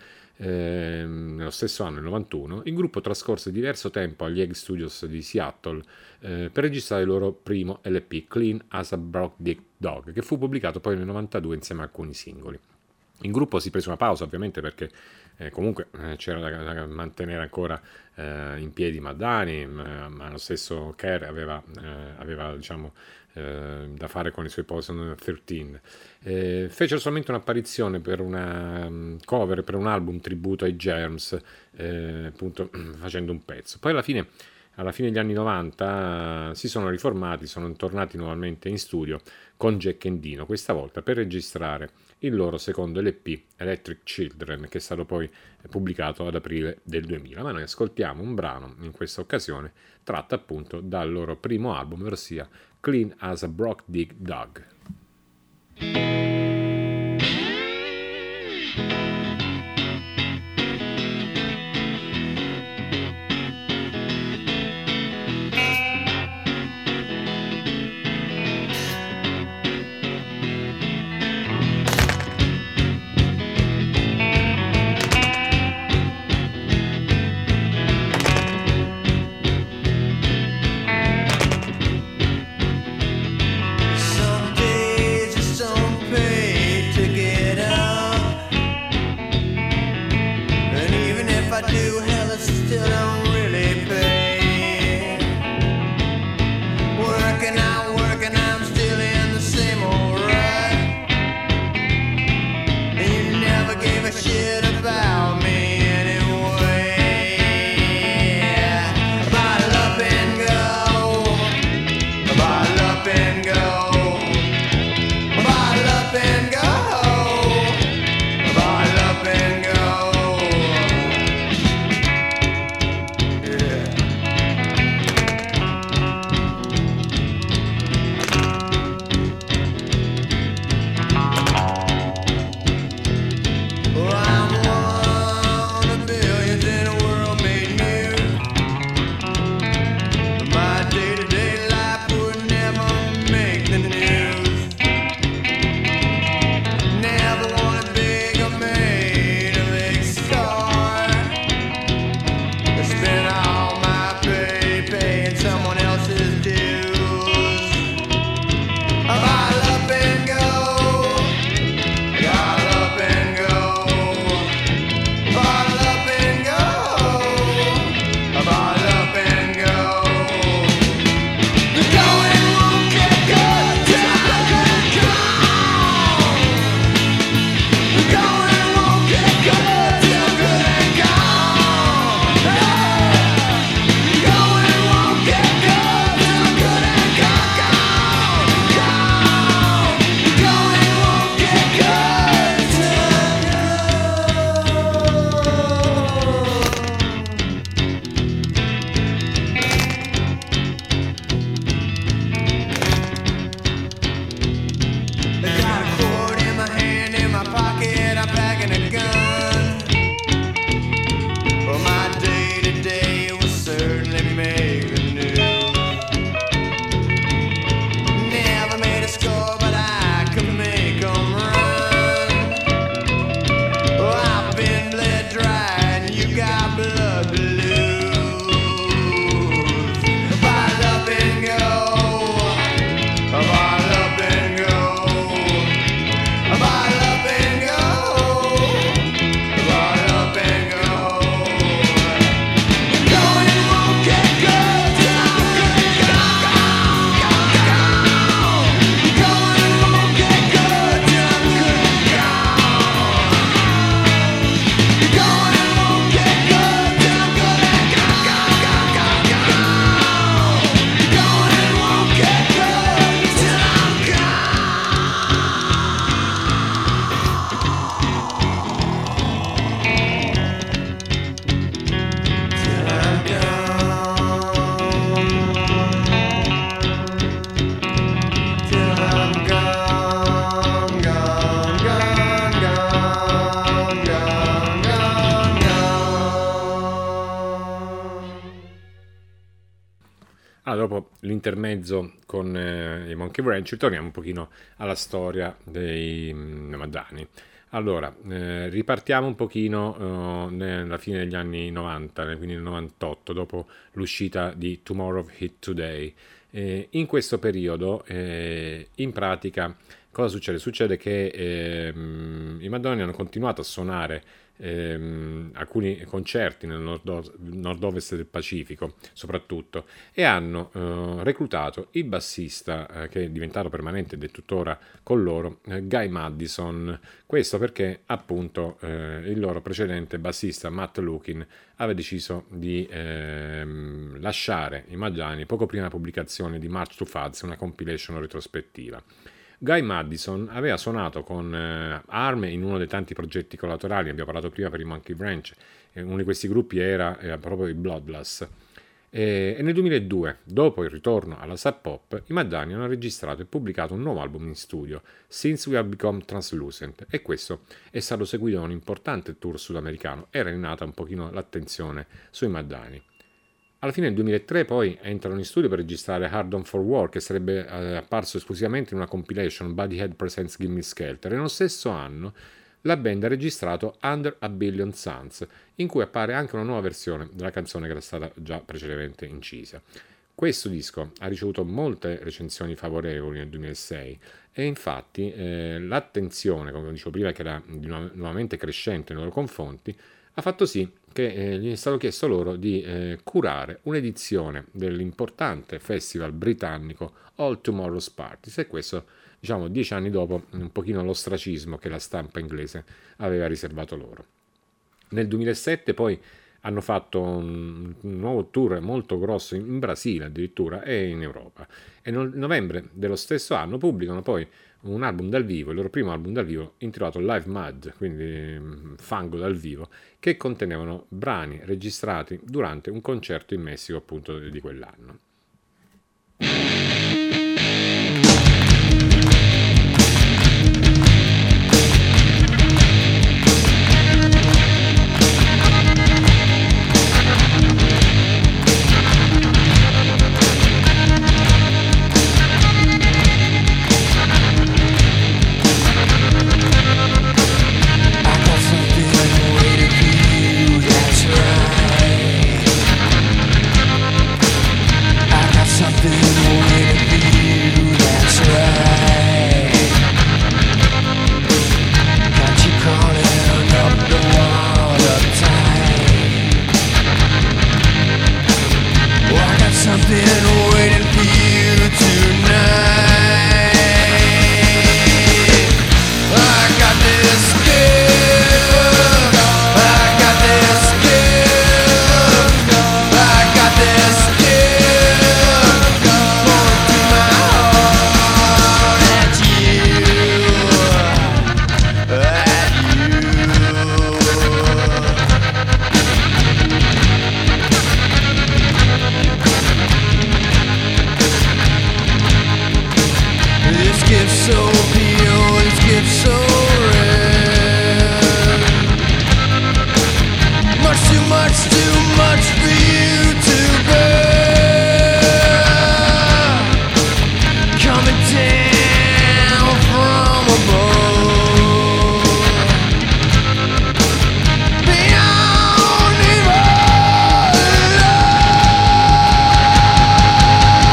nello stesso anno, nel 91, il gruppo trascorse diverso tempo agli Egg Studios di Seattle per registrare il loro primo LP, Clean as a Broke Dick Dog, che fu pubblicato poi nel 92 insieme a alcuni singoli. Il gruppo si prese una pausa ovviamente perché comunque c'era da mantenere ancora in piedi Madani, ma lo stesso Kerr aveva diciamo, da fare con i suoi Poison 13. Fecero solamente un'apparizione per una cover, per un album tributo ai Germs, appunto facendo un pezzo. Poi alla fine degli anni 90 si sono riformati, sono tornati nuovamente in studio con Jack Endino, questa volta per registrare il loro secondo LP, Electric Children, che è stato poi pubblicato ad aprile del 2000. Ma noi ascoltiamo un brano in questa occasione tratto appunto dal loro primo album, ossia Clean as a Broke Dick Dog. Some days just don't Allora, dopo l'intermezzo con i Monkey Branch, torniamo un pochino alla storia dei Madani. Allora, ripartiamo un pochino nella fine degli anni 90, quindi nel 98, dopo l'uscita di Tomorrow Hit Today. In questo periodo, in pratica, cosa succede? Succede che i Madonna hanno continuato a suonare alcuni concerti nel nord-ovest del Pacifico soprattutto, e hanno reclutato il bassista che è diventato permanente ed è tuttora con loro, Guy Madison. Questo perché appunto il loro precedente bassista Matt Lukin aveva deciso di lasciare i Madani poco prima della pubblicazione di March to Fuzz, una compilation retrospettiva. Guy Madison aveva suonato con Arm in uno dei tanti progetti collaterali, abbiamo parlato prima per i Monkey Branch, uno di questi gruppi era proprio i Bloodlust. E nel 2002, dopo il ritorno alla Sub Pop, i Madani hanno registrato e pubblicato un nuovo album in studio, Since We Have Become Translucent, e questo è stato seguito da un importante tour sudamericano. Era rinata un pochino l'attenzione sui Madani. Alla fine del 2003 poi entrano in studio per registrare Hard On For War, che sarebbe apparso esclusivamente in una compilation, Bodyhead Presents Gimme Skelter, e nello stesso anno la band ha registrato Under a Billion Suns, in cui appare anche una nuova versione della canzone che era stata già precedentemente incisa. Questo disco ha ricevuto molte recensioni favorevoli nel 2006 e infatti l'attenzione, come dicevo prima, che era nuovamente crescente nei loro confronti, ha fatto sì che gli è stato chiesto loro di curare un'edizione dell'importante festival britannico All Tomorrow's Parties, e questo, diciamo, 10 anni dopo un pochino l'ostracismo che la stampa inglese aveva riservato loro. Nel 2007 poi hanno fatto un nuovo tour molto grosso in Brasile addirittura e in Europa, e nel novembre dello stesso anno pubblicano poi un album dal vivo, il loro primo album dal vivo, intitolato Live Mud, quindi fango dal vivo, che contenevano brani registrati durante un concerto in Messico appunto di quell'anno.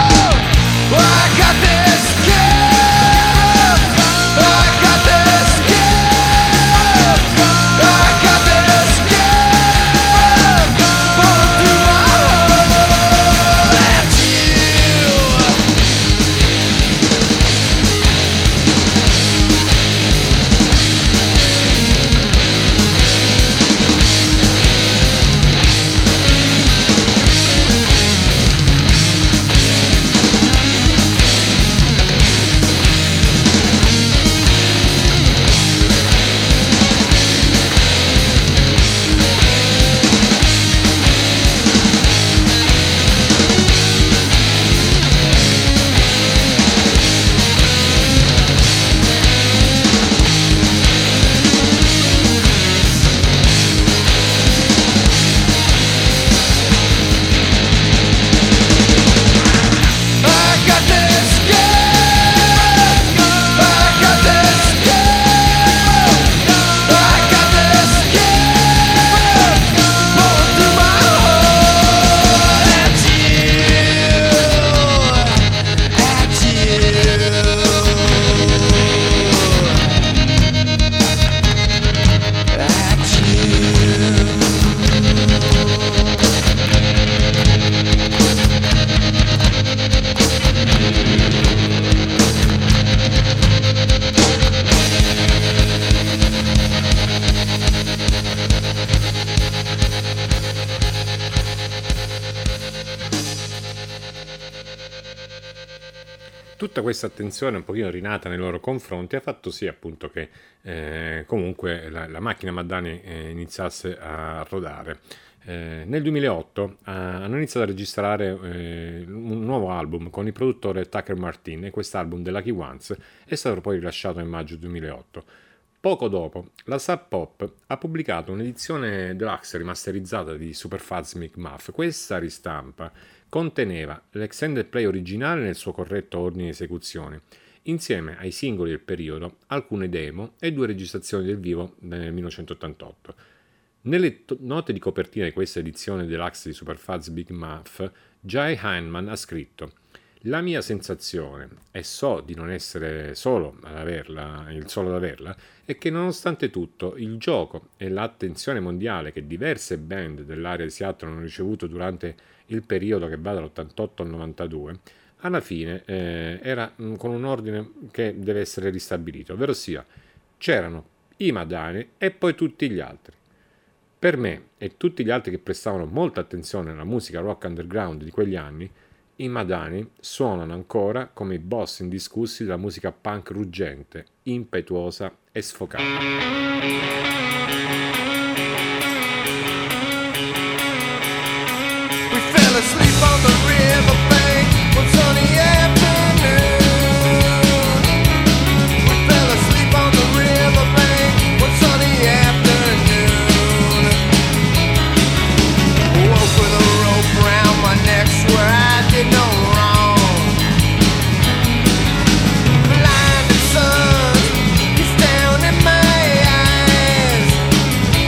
I got this gift. Tutta questa attenzione un pochino rinata nei loro confronti ha fatto sì appunto che comunque la macchina Madani iniziasse a rodare. Nel 2008 hanno iniziato a registrare un nuovo album con il produttore Tucker Martin e quest'album The Lucky Ones è stato poi rilasciato in maggio 2008. Poco dopo, la Sub Pop ha pubblicato un'edizione deluxe rimasterizzata di Superfuzz McMuff. Questa ristampa conteneva l'extended play originale nel suo corretto ordine di esecuzione, insieme ai singoli del periodo, alcune demo e 2 registrazioni del vivo nel 1988. Nelle note di copertina di questa edizione deluxe di Superfuzz Big Muff, Jai Heinemann ha scritto: la mia sensazione, e so di non essere il solo ad averla, è che nonostante tutto il gioco e l'attenzione mondiale che diverse band dell'area di Seattle hanno ricevuto durante il periodo che va dall'88 al 92, alla fine era con un ordine che deve essere ristabilito, ovvero sia c'erano i Madani e poi tutti gli altri. Per me e tutti gli altri che prestavano molta attenzione alla musica rock underground di quegli anni, i Madani suonano ancora come i boss indiscussi della musica punk ruggente, impetuosa e sfocata. We fell asleep on the riverbank one sunny afternoon. We fell asleep on the riverbank one sunny afternoon. Woke with a rope round my neck, swear I did no wrong. Blinded sun is down in my eyes.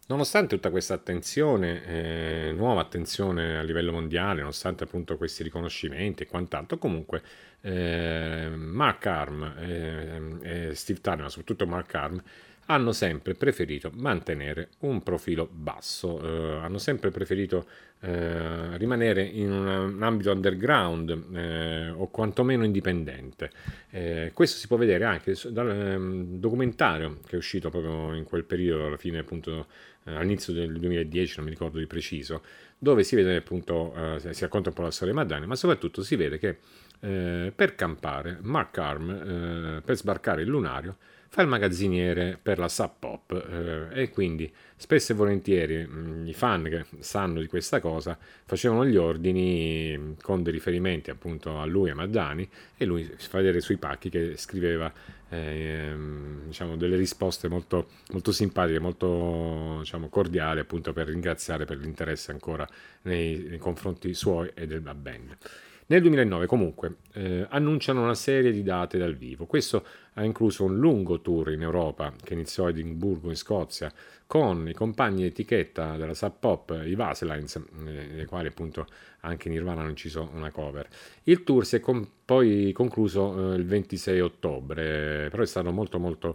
Nonostante tutta questa attenzione, nuova attenzione a livello mondiale, nonostante appunto questi riconoscimenti e quant'altro, comunque Mark Arm e Steve Turner, ma soprattutto Mark Arm, hanno sempre preferito mantenere un profilo basso, hanno sempre preferito rimanere in un ambito underground o quantomeno indipendente. Questo si può vedere anche dal documentario che è uscito proprio in quel periodo, alla fine appunto all'inizio del 2010, non mi ricordo di preciso, dove si vede appunto, si racconta un po' la storia di Madonna, ma soprattutto si vede che per campare Mark Arm, per sbarcare il lunario, fa il magazziniere per la Sub Pop e quindi spesso e volentieri i fan che sanno di questa cosa facevano gli ordini con dei riferimenti appunto a lui e a Madani, e lui si fa vedere sui pacchi che scriveva diciamo delle risposte molto, molto simpatiche, molto diciamo cordiali, appunto per ringraziare per l'interesse ancora nei confronti suoi e della band. Nel 2009 comunque annunciano una serie di date dal vivo. Questo ha incluso un lungo tour in Europa che iniziò a Edimburgo in Scozia con i compagni di etichetta della Sub Pop, i Vaselines, nei quali appunto anche Nirvana hanno inciso una cover. Il tour si è poi concluso il 26 ottobre, però è stato molto molto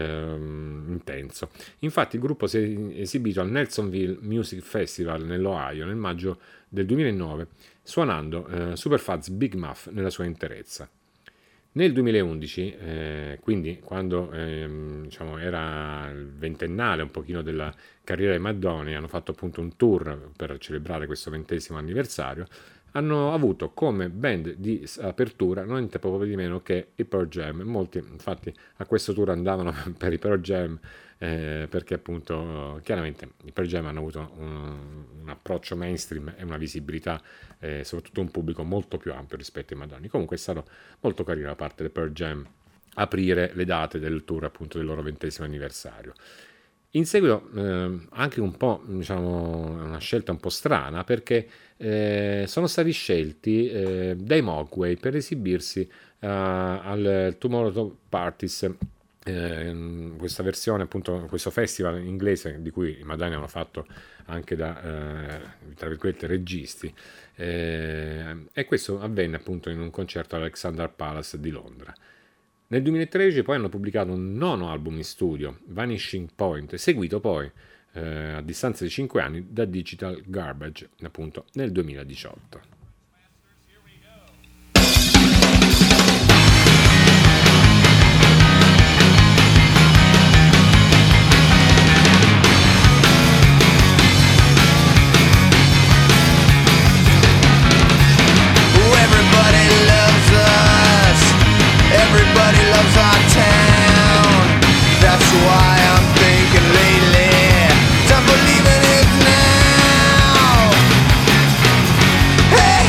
intenso. Infatti il gruppo si è esibito al Nelsonville Music Festival nell'Ohio nel maggio del 2009, suonando Superfuzz Big Muff nella sua interezza. Nel 2011, quindi quando diciamo era il ventennale un pochino della carriera di Madonna, hanno fatto appunto un tour per celebrare questo 20° anniversario, hanno avuto come band di apertura niente proprio di meno che i Pearl Jam. Molti infatti a questo tour andavano per i Pearl Jam, perché appunto chiaramente i Pearl Jam hanno avuto un approccio mainstream e una visibilità, soprattutto un pubblico molto più ampio rispetto ai Madonni. Comunque è stato molto carino da parte del Pearl Jam aprire le date del tour appunto del loro 20° anniversario. In seguito anche un po', diciamo, una scelta un po' strana, perché sono stati scelti dai Mogwai per esibirsi al Tomorrow Parties, questa versione appunto, questo festival inglese di cui i Madani hanno fatto anche da tra virgolette registi, e questo avvenne appunto in un concerto all'Alexandra Palace di Londra. Nel 2013 poi hanno pubblicato un nono album in studio, Vanishing Point, seguito poi a distanza di 5 anni da Digital Garbage, appunto nel 2018. Everybody loves our town. That's why I'm thinking lately, time for leaving it now. Hey!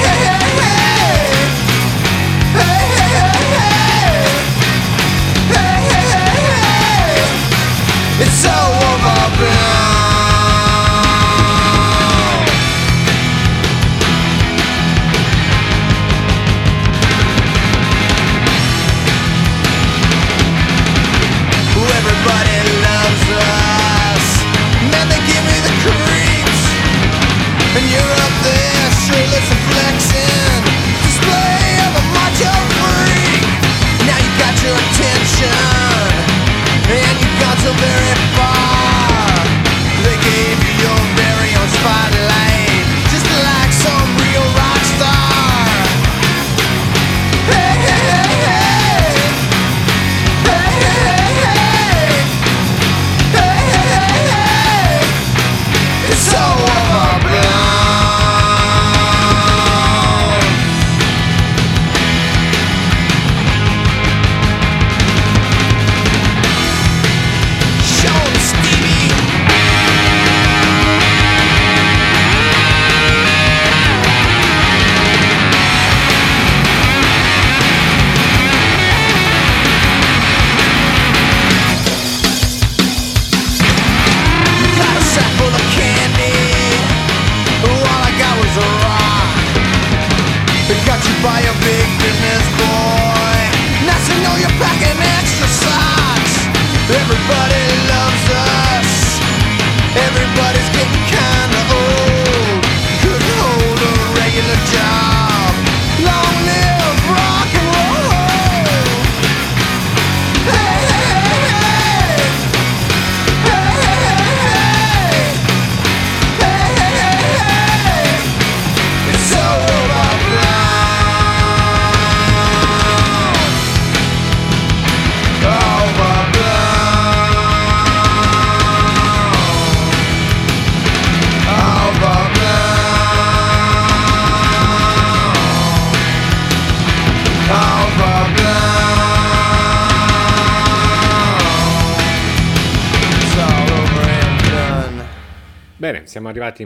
Bene, siamo arrivati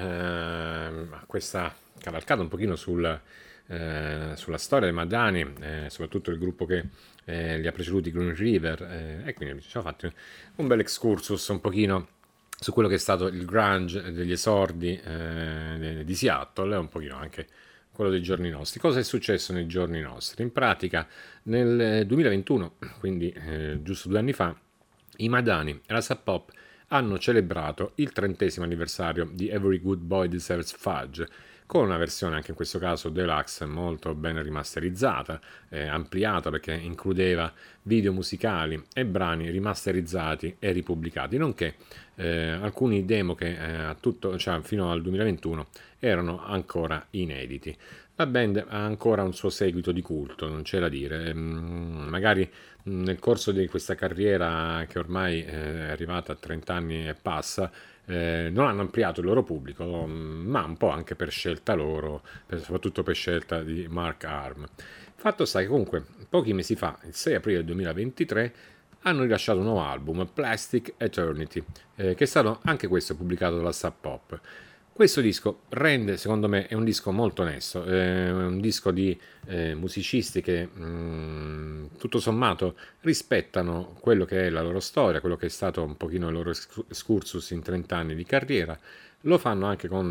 a questa cavalcata un pochino sulla storia dei Madani, soprattutto il gruppo che li ha preceduti, Green River, e quindi ci siamo fatti un bel excursus un pochino su quello che è stato il grunge degli esordi di Seattle e un pochino anche quello dei giorni nostri. Cosa è successo nei giorni nostri? In pratica nel 2021, quindi giusto 2 anni fa, i Madani e la Sub Pop hanno celebrato il 30° anniversario di Every Good Boy Deserves Fudge, con una versione anche in questo caso deluxe molto ben rimasterizzata, ampliata perché includeva video musicali e brani rimasterizzati e ripubblicati, nonché alcuni demo che fino al 2021 erano ancora inediti. La band ha ancora un suo seguito di culto, non c'è da dire. Magari nel corso di questa carriera che ormai è arrivata a 30 anni e passa, non hanno ampliato il loro pubblico, ma un po' anche per scelta loro, soprattutto per scelta di Mark Arm. Fatto sta che comunque pochi mesi fa, il 6 aprile 2023, hanno rilasciato un nuovo album, Plastic Eternity, che è stato anche questo pubblicato dalla Sub Pop. Questo disco rende, secondo me, è un disco molto onesto, è un disco di musicisti che tutto sommato rispettano quello che è la loro storia, quello che è stato un pochino il loro excursus in 30 anni di carriera. Lo fanno anche con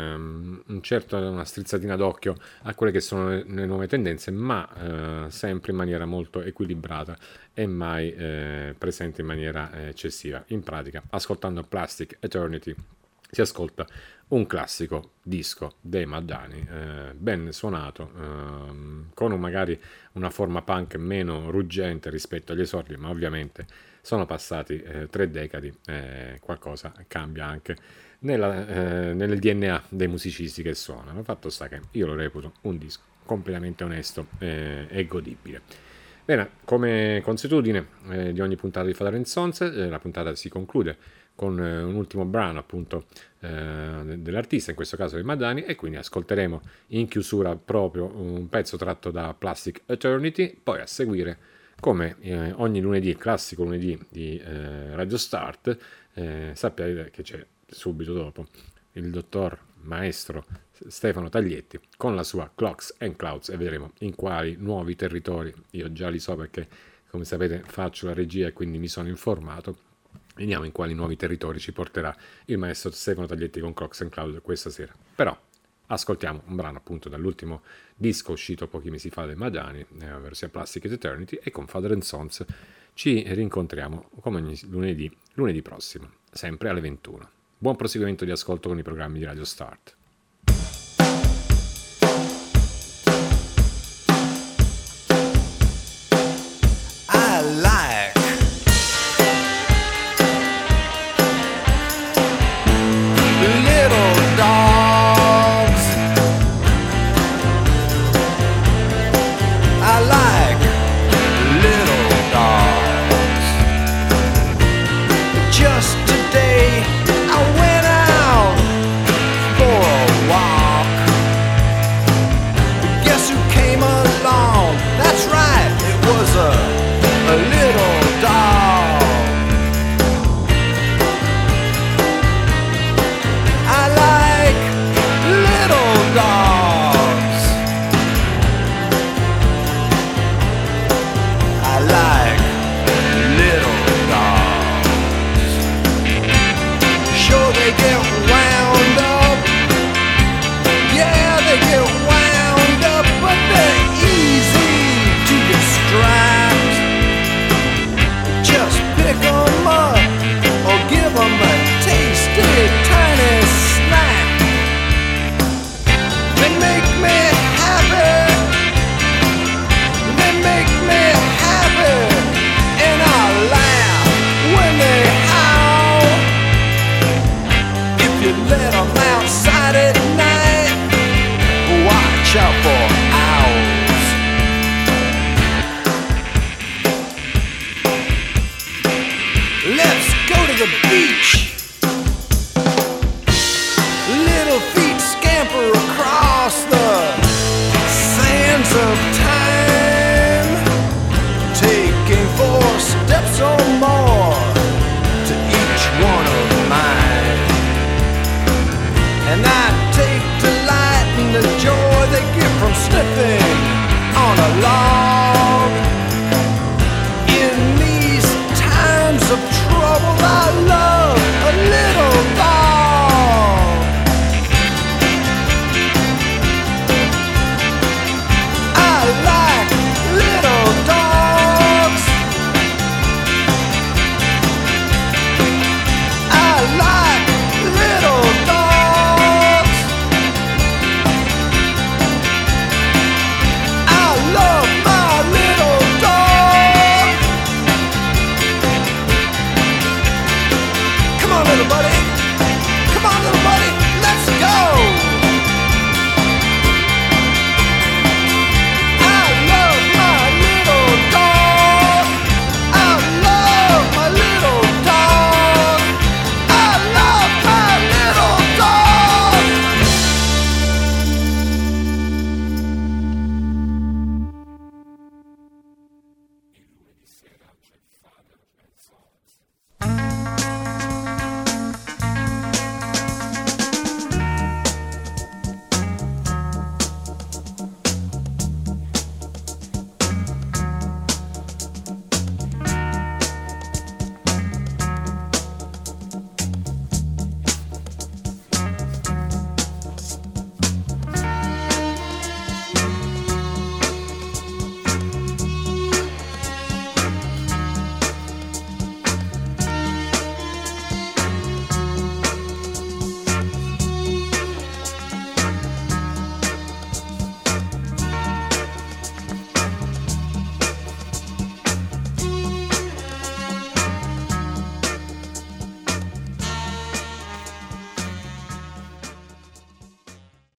una strizzatina d'occhio a quelle che sono le nuove tendenze, ma sempre in maniera molto equilibrata e mai presente in maniera eccessiva. In pratica, ascoltando Plastic Eternity, si ascolta un classico disco dei Madani, ben suonato, con magari una forma punk meno ruggente rispetto agli esordi, ma ovviamente sono passati 3 decadi, qualcosa cambia anche nel DNA dei musicisti che suonano. Fatto sta che io lo reputo un disco completamente onesto e godibile. Bene, come consuetudine di ogni puntata di Father and Sons, la puntata si conclude con un ultimo brano appunto dell'artista, in questo caso dei Madani, e quindi ascolteremo in chiusura proprio un pezzo tratto da Plastic Eternity. Poi a seguire, come ogni lunedì, classico lunedì di Radio Start, sappiate che c'è subito dopo il dottor maestro Stefano Taglietti con la sua Clocks and Clouds, e vedremo in quali nuovi territori. Io già li so perché, come sapete, faccio la regia e quindi mi sono informato. Vediamo in quali nuovi territori ci porterà il maestro Stefano Taglietti con Clocks and Clouds questa sera. Però ascoltiamo un brano appunto dall'ultimo disco uscito pochi mesi fa dai Madani, ovvero sia Plastic Eternity, e con Father and Sons ci rincontriamo come ogni lunedì prossimo, sempre alle 21. Buon proseguimento di ascolto con i programmi di Radio Start. Just today I went out for a walk. Guess who came along? That's right, it was a little dog. I like little dogs. I like little dogs. Sure they get